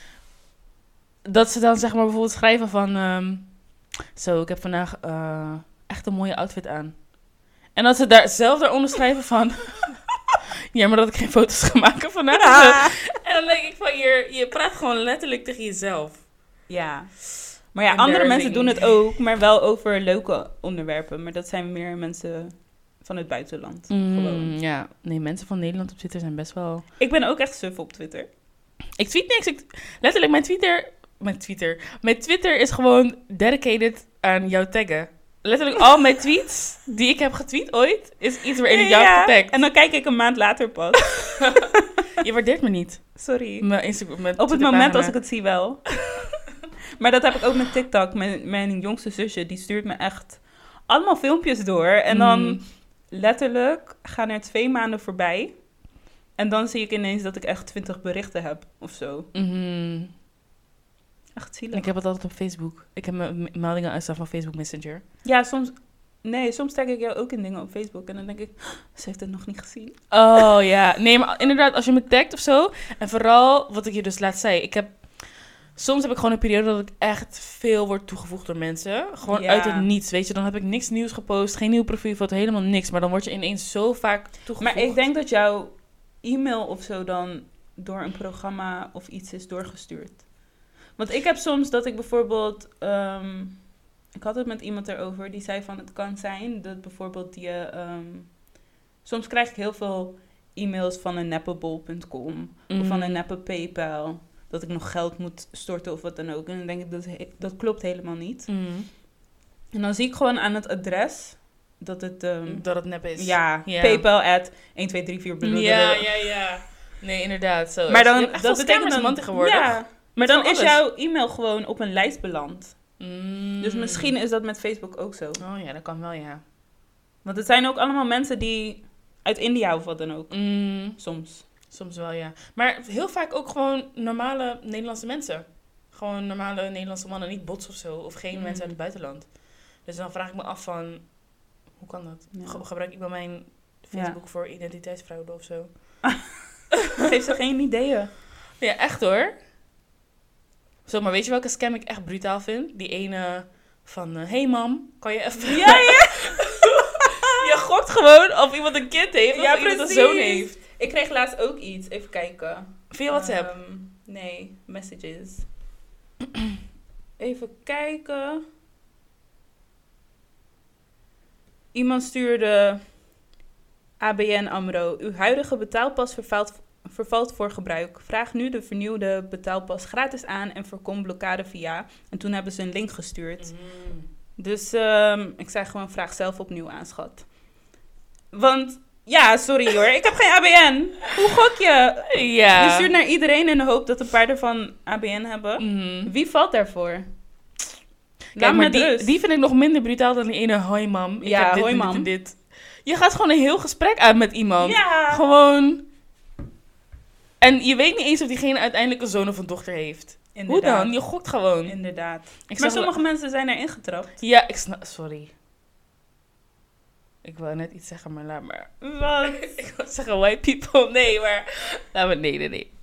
Dat ze dan zeg maar bijvoorbeeld schrijven van... um, Zo, ik heb vandaag uh, echt een mooie outfit aan. En dat ze daar zelf daaronder schrijven van... Ja, maar dat ik geen foto's ga maken vandaag. Ja. En dan denk ik van, je, je praat gewoon letterlijk tegen jezelf. Ja. Maar ja, En andere daar mensen is doen ik het ook, maar wel over leuke onderwerpen. Maar dat zijn meer mensen van het buitenland. Gewoon. Mm, ja, nee, mensen van Nederland op Twitter zijn best wel... Ik ben ook echt suf op Twitter. Ik tweet niks. Ik... Letterlijk, mijn Twitter... Mijn Twitter... Mijn Twitter is gewoon dedicated aan jouw taggen. Letterlijk, al mijn tweets die ik heb getweet ooit, is iets waarin ik jou heb getagd. En dan kijk ik een maand later pas. Je waardeert me niet. Sorry. Mijn Instagram, mijn Op het Twitterpagina. moment als ik het zie wel. Maar dat heb ik ook met TikTok. Mijn, mijn jongste zusje, die stuurt me echt allemaal filmpjes door. En dan Mm. letterlijk gaan er twee maanden voorbij. En dan zie ik ineens dat ik echt twintig berichten heb of zo. Mm-hmm. Echt zielig. Ik heb het altijd op Facebook. Ik heb mijn m- meldingen uitstaan van Facebook Messenger. Ja, soms... Nee, soms tag ik jou ook in dingen op Facebook. En dan denk ik, ze heeft het nog niet gezien. Oh ja. Nee, maar inderdaad, als je me tagt of zo. En vooral, wat ik je dus laatst zei. Ik heb... Soms heb ik gewoon een periode dat ik echt veel word toegevoegd door mensen. Gewoon Ja. uit het niets, weet je. Dan heb ik niks nieuws gepost, geen nieuwe profielfoto, helemaal niks. Maar dan word je ineens zo vaak toegevoegd. Maar ik denk dat jouw e-mail of zo dan door een programma of iets is doorgestuurd. Want ik heb soms dat ik bijvoorbeeld... ehm, ik had het met iemand erover, die zei van het kan zijn dat bijvoorbeeld je... ehm, soms krijg ik heel veel e-mails van een neppebol punt com Mm. of van een neppe PayPal. Dat ik nog geld moet storten of wat dan ook. En dan denk ik, dat, he- dat klopt helemaal niet. Mm. En dan zie ik gewoon aan het adres dat het... ehm, Dat het nep is. ja, Ja. PayPal at een twee drie vier Ja, ja, ja. Nee, inderdaad. Zo. Maar dan, Je hebt echt dat wel betekent scammers, dan, man, tegenwoordig. Ja, maar Voor dan is alles. jouw e-mail gewoon op een lijst beland. Mm. Dus misschien is dat met Facebook ook zo. Oh ja, dat kan wel, ja. Want het zijn ook allemaal mensen die uit India of wat dan ook. Mm. Soms. Soms wel, ja. Maar heel vaak ook gewoon normale Nederlandse mensen. Gewoon normale Nederlandse mannen, niet bots of zo. Of geen Mm. mensen uit het buitenland. Dus dan vraag ik me af van... Hoe kan dat? Ja. Ge- gebruik ik wel mijn Facebook voor identiteitsfraude of zo? Geef ze geen ideeën. Ja, echt hoor. Zo, maar weet je welke scam ik echt brutaal vind? Die ene van... eh, hey mam, kan je even... Ja, ja. Je gokt gewoon of iemand een kind heeft of Ja, iemand een precies. zoon heeft. Ik kreeg laatst ook iets. Even kijken. Via WhatsApp. Ehm, nee, messages. Even kijken. Iemand stuurde... A B N AMRO. Uw huidige betaalpas vervalt, vervalt voor gebruik. Vraag nu de vernieuwde betaalpas gratis aan en voorkom blokkade via. En toen hebben ze een link gestuurd. Mm. Dus ehm, ik zei gewoon, vraag zelf opnieuw aan, schat. Want, ja, sorry hoor, ik heb geen A B N. Hoe gok je? Ja. Je stuurt naar iedereen in de hoop dat een paar ervan A B N hebben. Mhm. Wie valt daarvoor? Kijk, Laat me maar met die, rust. die vind ik nog minder brutaal dan die ene hoi mam. Ik Ja, heb dit hoi, en mam. dit en dit. Je gaat gewoon een heel gesprek aan met iemand. Ja. Gewoon. En je weet niet eens of diegene uiteindelijk een zoon of een dochter heeft. Inderdaad. Hoe dan? Je gokt gewoon. Inderdaad. Ik maar zeg- sommige mensen zijn erin getrapt. Ja, ik snap... Sorry. Ik wou net iets zeggen, maar laat maar. Wat? Ik wou zeggen white people. Nee, maar... Laat maar... Nee, nee, nee.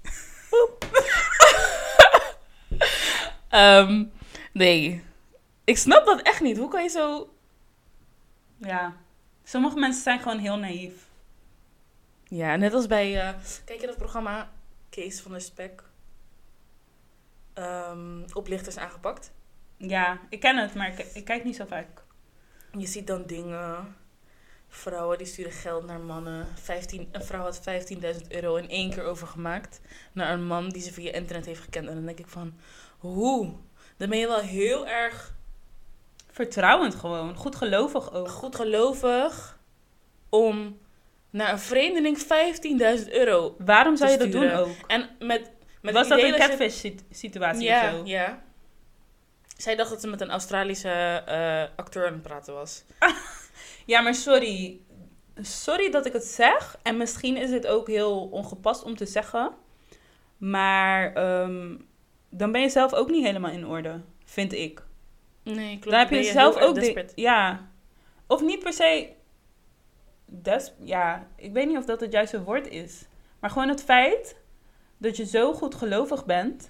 Ehm, nee. Ik snap dat echt niet. Hoe kan je zo... Ja. Sommige mensen zijn gewoon heel naïef. Ja, net als bij... eh, kijk je dat programma Kees van der Spek? Ehm, oplichters aangepakt. Ja, ik ken het, maar ik, ik kijk niet zo vaak. Je ziet dan dingen... Vrouwen die sturen geld naar mannen. vijftien, een vrouw had vijftienduizend euro in één keer overgemaakt. Naar een man die ze via internet heeft gekend. En dan denk ik van... Hoe? Dan ben je wel heel erg Vertrouwend gewoon. Goed gelovig ook. goed gelovig. om naar een vreemdeling vijftienduizend euro Waarom zou je dat sturen. doen ook? En met, met Was dat idee een ze- catfish sit- situatie Ja, of zo? ja. Zij dacht dat ze met een Australische eh, acteur aan het praten was. Ja, maar sorry. Sorry dat ik het zeg. En misschien is het ook heel ongepast om te zeggen. Maar ehm, dan ben je zelf ook niet helemaal in orde, vind ik. Nee, klopt. Dan heb je Ben zelf heel erg ook... De, desperate. ja. Of niet per se... Des, ja, ik weet niet of dat het juiste woord is. Maar gewoon het feit dat je zo goed gelovig bent.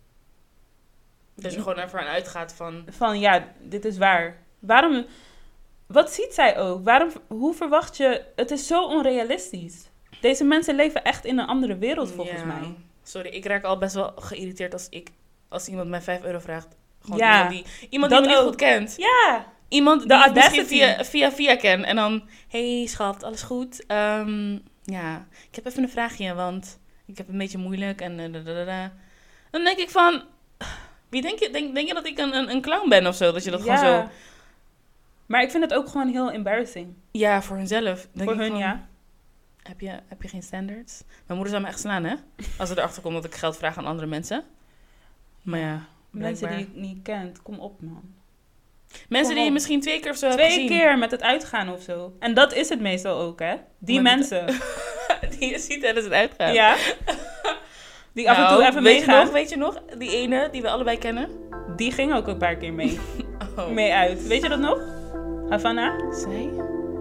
Dat je gewoon ervan uitgaat van... Van ja, dit is waar. Waarom... Wat ziet zij ook? Waarom, hoe verwacht je... Het is zo onrealistisch. Deze mensen leven echt in een andere wereld, volgens Ja. mij. Sorry, ik raak al best wel geïrriteerd als ik... Als iemand mij vijf euro vraagt. Gewoon Ja, iemand die, iemand dat die me niet ook. goed kent. Ja, Iemand De die ik misschien audacity. via, via via ken. En dan... Hey schat, alles goed? Ehm, ja, ik heb even een vraagje, want... Ik heb het een beetje moeilijk en... eh, da, da, da, da. Dan denk ik van... Wie denk je, denk, denk je dat ik een, een, een clown ben of zo? Dat je dat ja. gewoon zo... Maar ik vind het ook gewoon heel embarrassing. Ja, voor hunzelf. Denk Voor ik hun, van, ja. Heb je, heb je geen standards? Mijn moeder zou me echt slaan, hè? Als ze erachter komt dat ik geld vraag aan andere mensen. Maar ja, Mensen blijkbaar. die ik niet kent, kom op, man. Mensen Kom die je op. misschien twee keer of zo hebt Twee gezien. keer met het uitgaan of zo. En dat is het meestal ook, hè? Die Maar mensen. Die je ziet tijdens het uitgaan. Ja. Die af en toe Nou, even weet je meegaan. nog, weet je nog? Die ene die we allebei kennen. Die ging ook een paar keer mee. Oh. Mee uit. Weet je dat nog? Havana? Zij?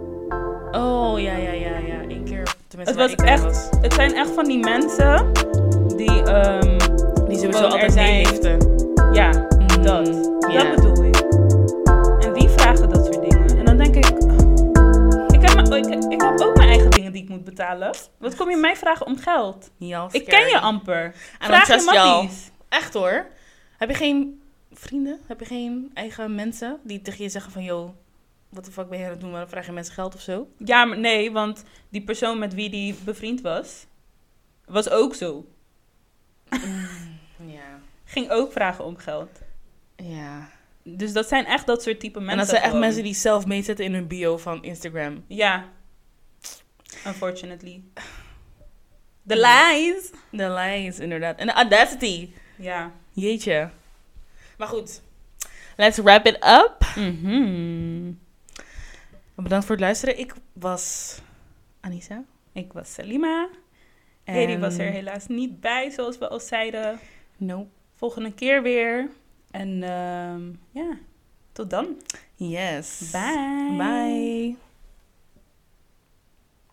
Oh, ja, ja, ja, ja. Eén keer. Tenminste, Het was waar ik bij echt... was. Het zijn echt van die mensen die... ehm, Die sowieso gewoon er altijd zijn. meeliften. Ja, Mm, dat. ja. Dat bedoel ik. En die vragen dat soort dingen. En dan denk ik... Ik heb, mijn- ik, ik heb ook mijn eigen dingen die ik moet betalen. Wat kom je mij vragen om geld? Ja, Ik ken je amper. I Vraag don't je trust y'all. matties. Echt hoor. Heb je geen vrienden? Heb je geen eigen mensen die tegen je zeggen van... Yo, wat de fuck ben je aan het doen? Maar dan vraag je mensen geld of zo? Ja, maar nee, want die persoon met wie die bevriend was... Was ook zo. Ja. Ging ook vragen om geld. Ja. Dus dat zijn echt dat soort type mensen. En dat zijn echt gewoon. mensen die zelf meezetten in hun bio van Instagram. Ja. Unfortunately. The lies. De lies, inderdaad. En de audacity. Ja. Jeetje. Maar goed. Let's wrap it up. Mhm. Bedankt voor het luisteren. Ik was Anissa. Ik was Salima. En... Hedy was er helaas niet bij, zoals we al zeiden. Nope. Volgende keer weer. En ehm, ja, tot dan. Yes. Bye. Bye.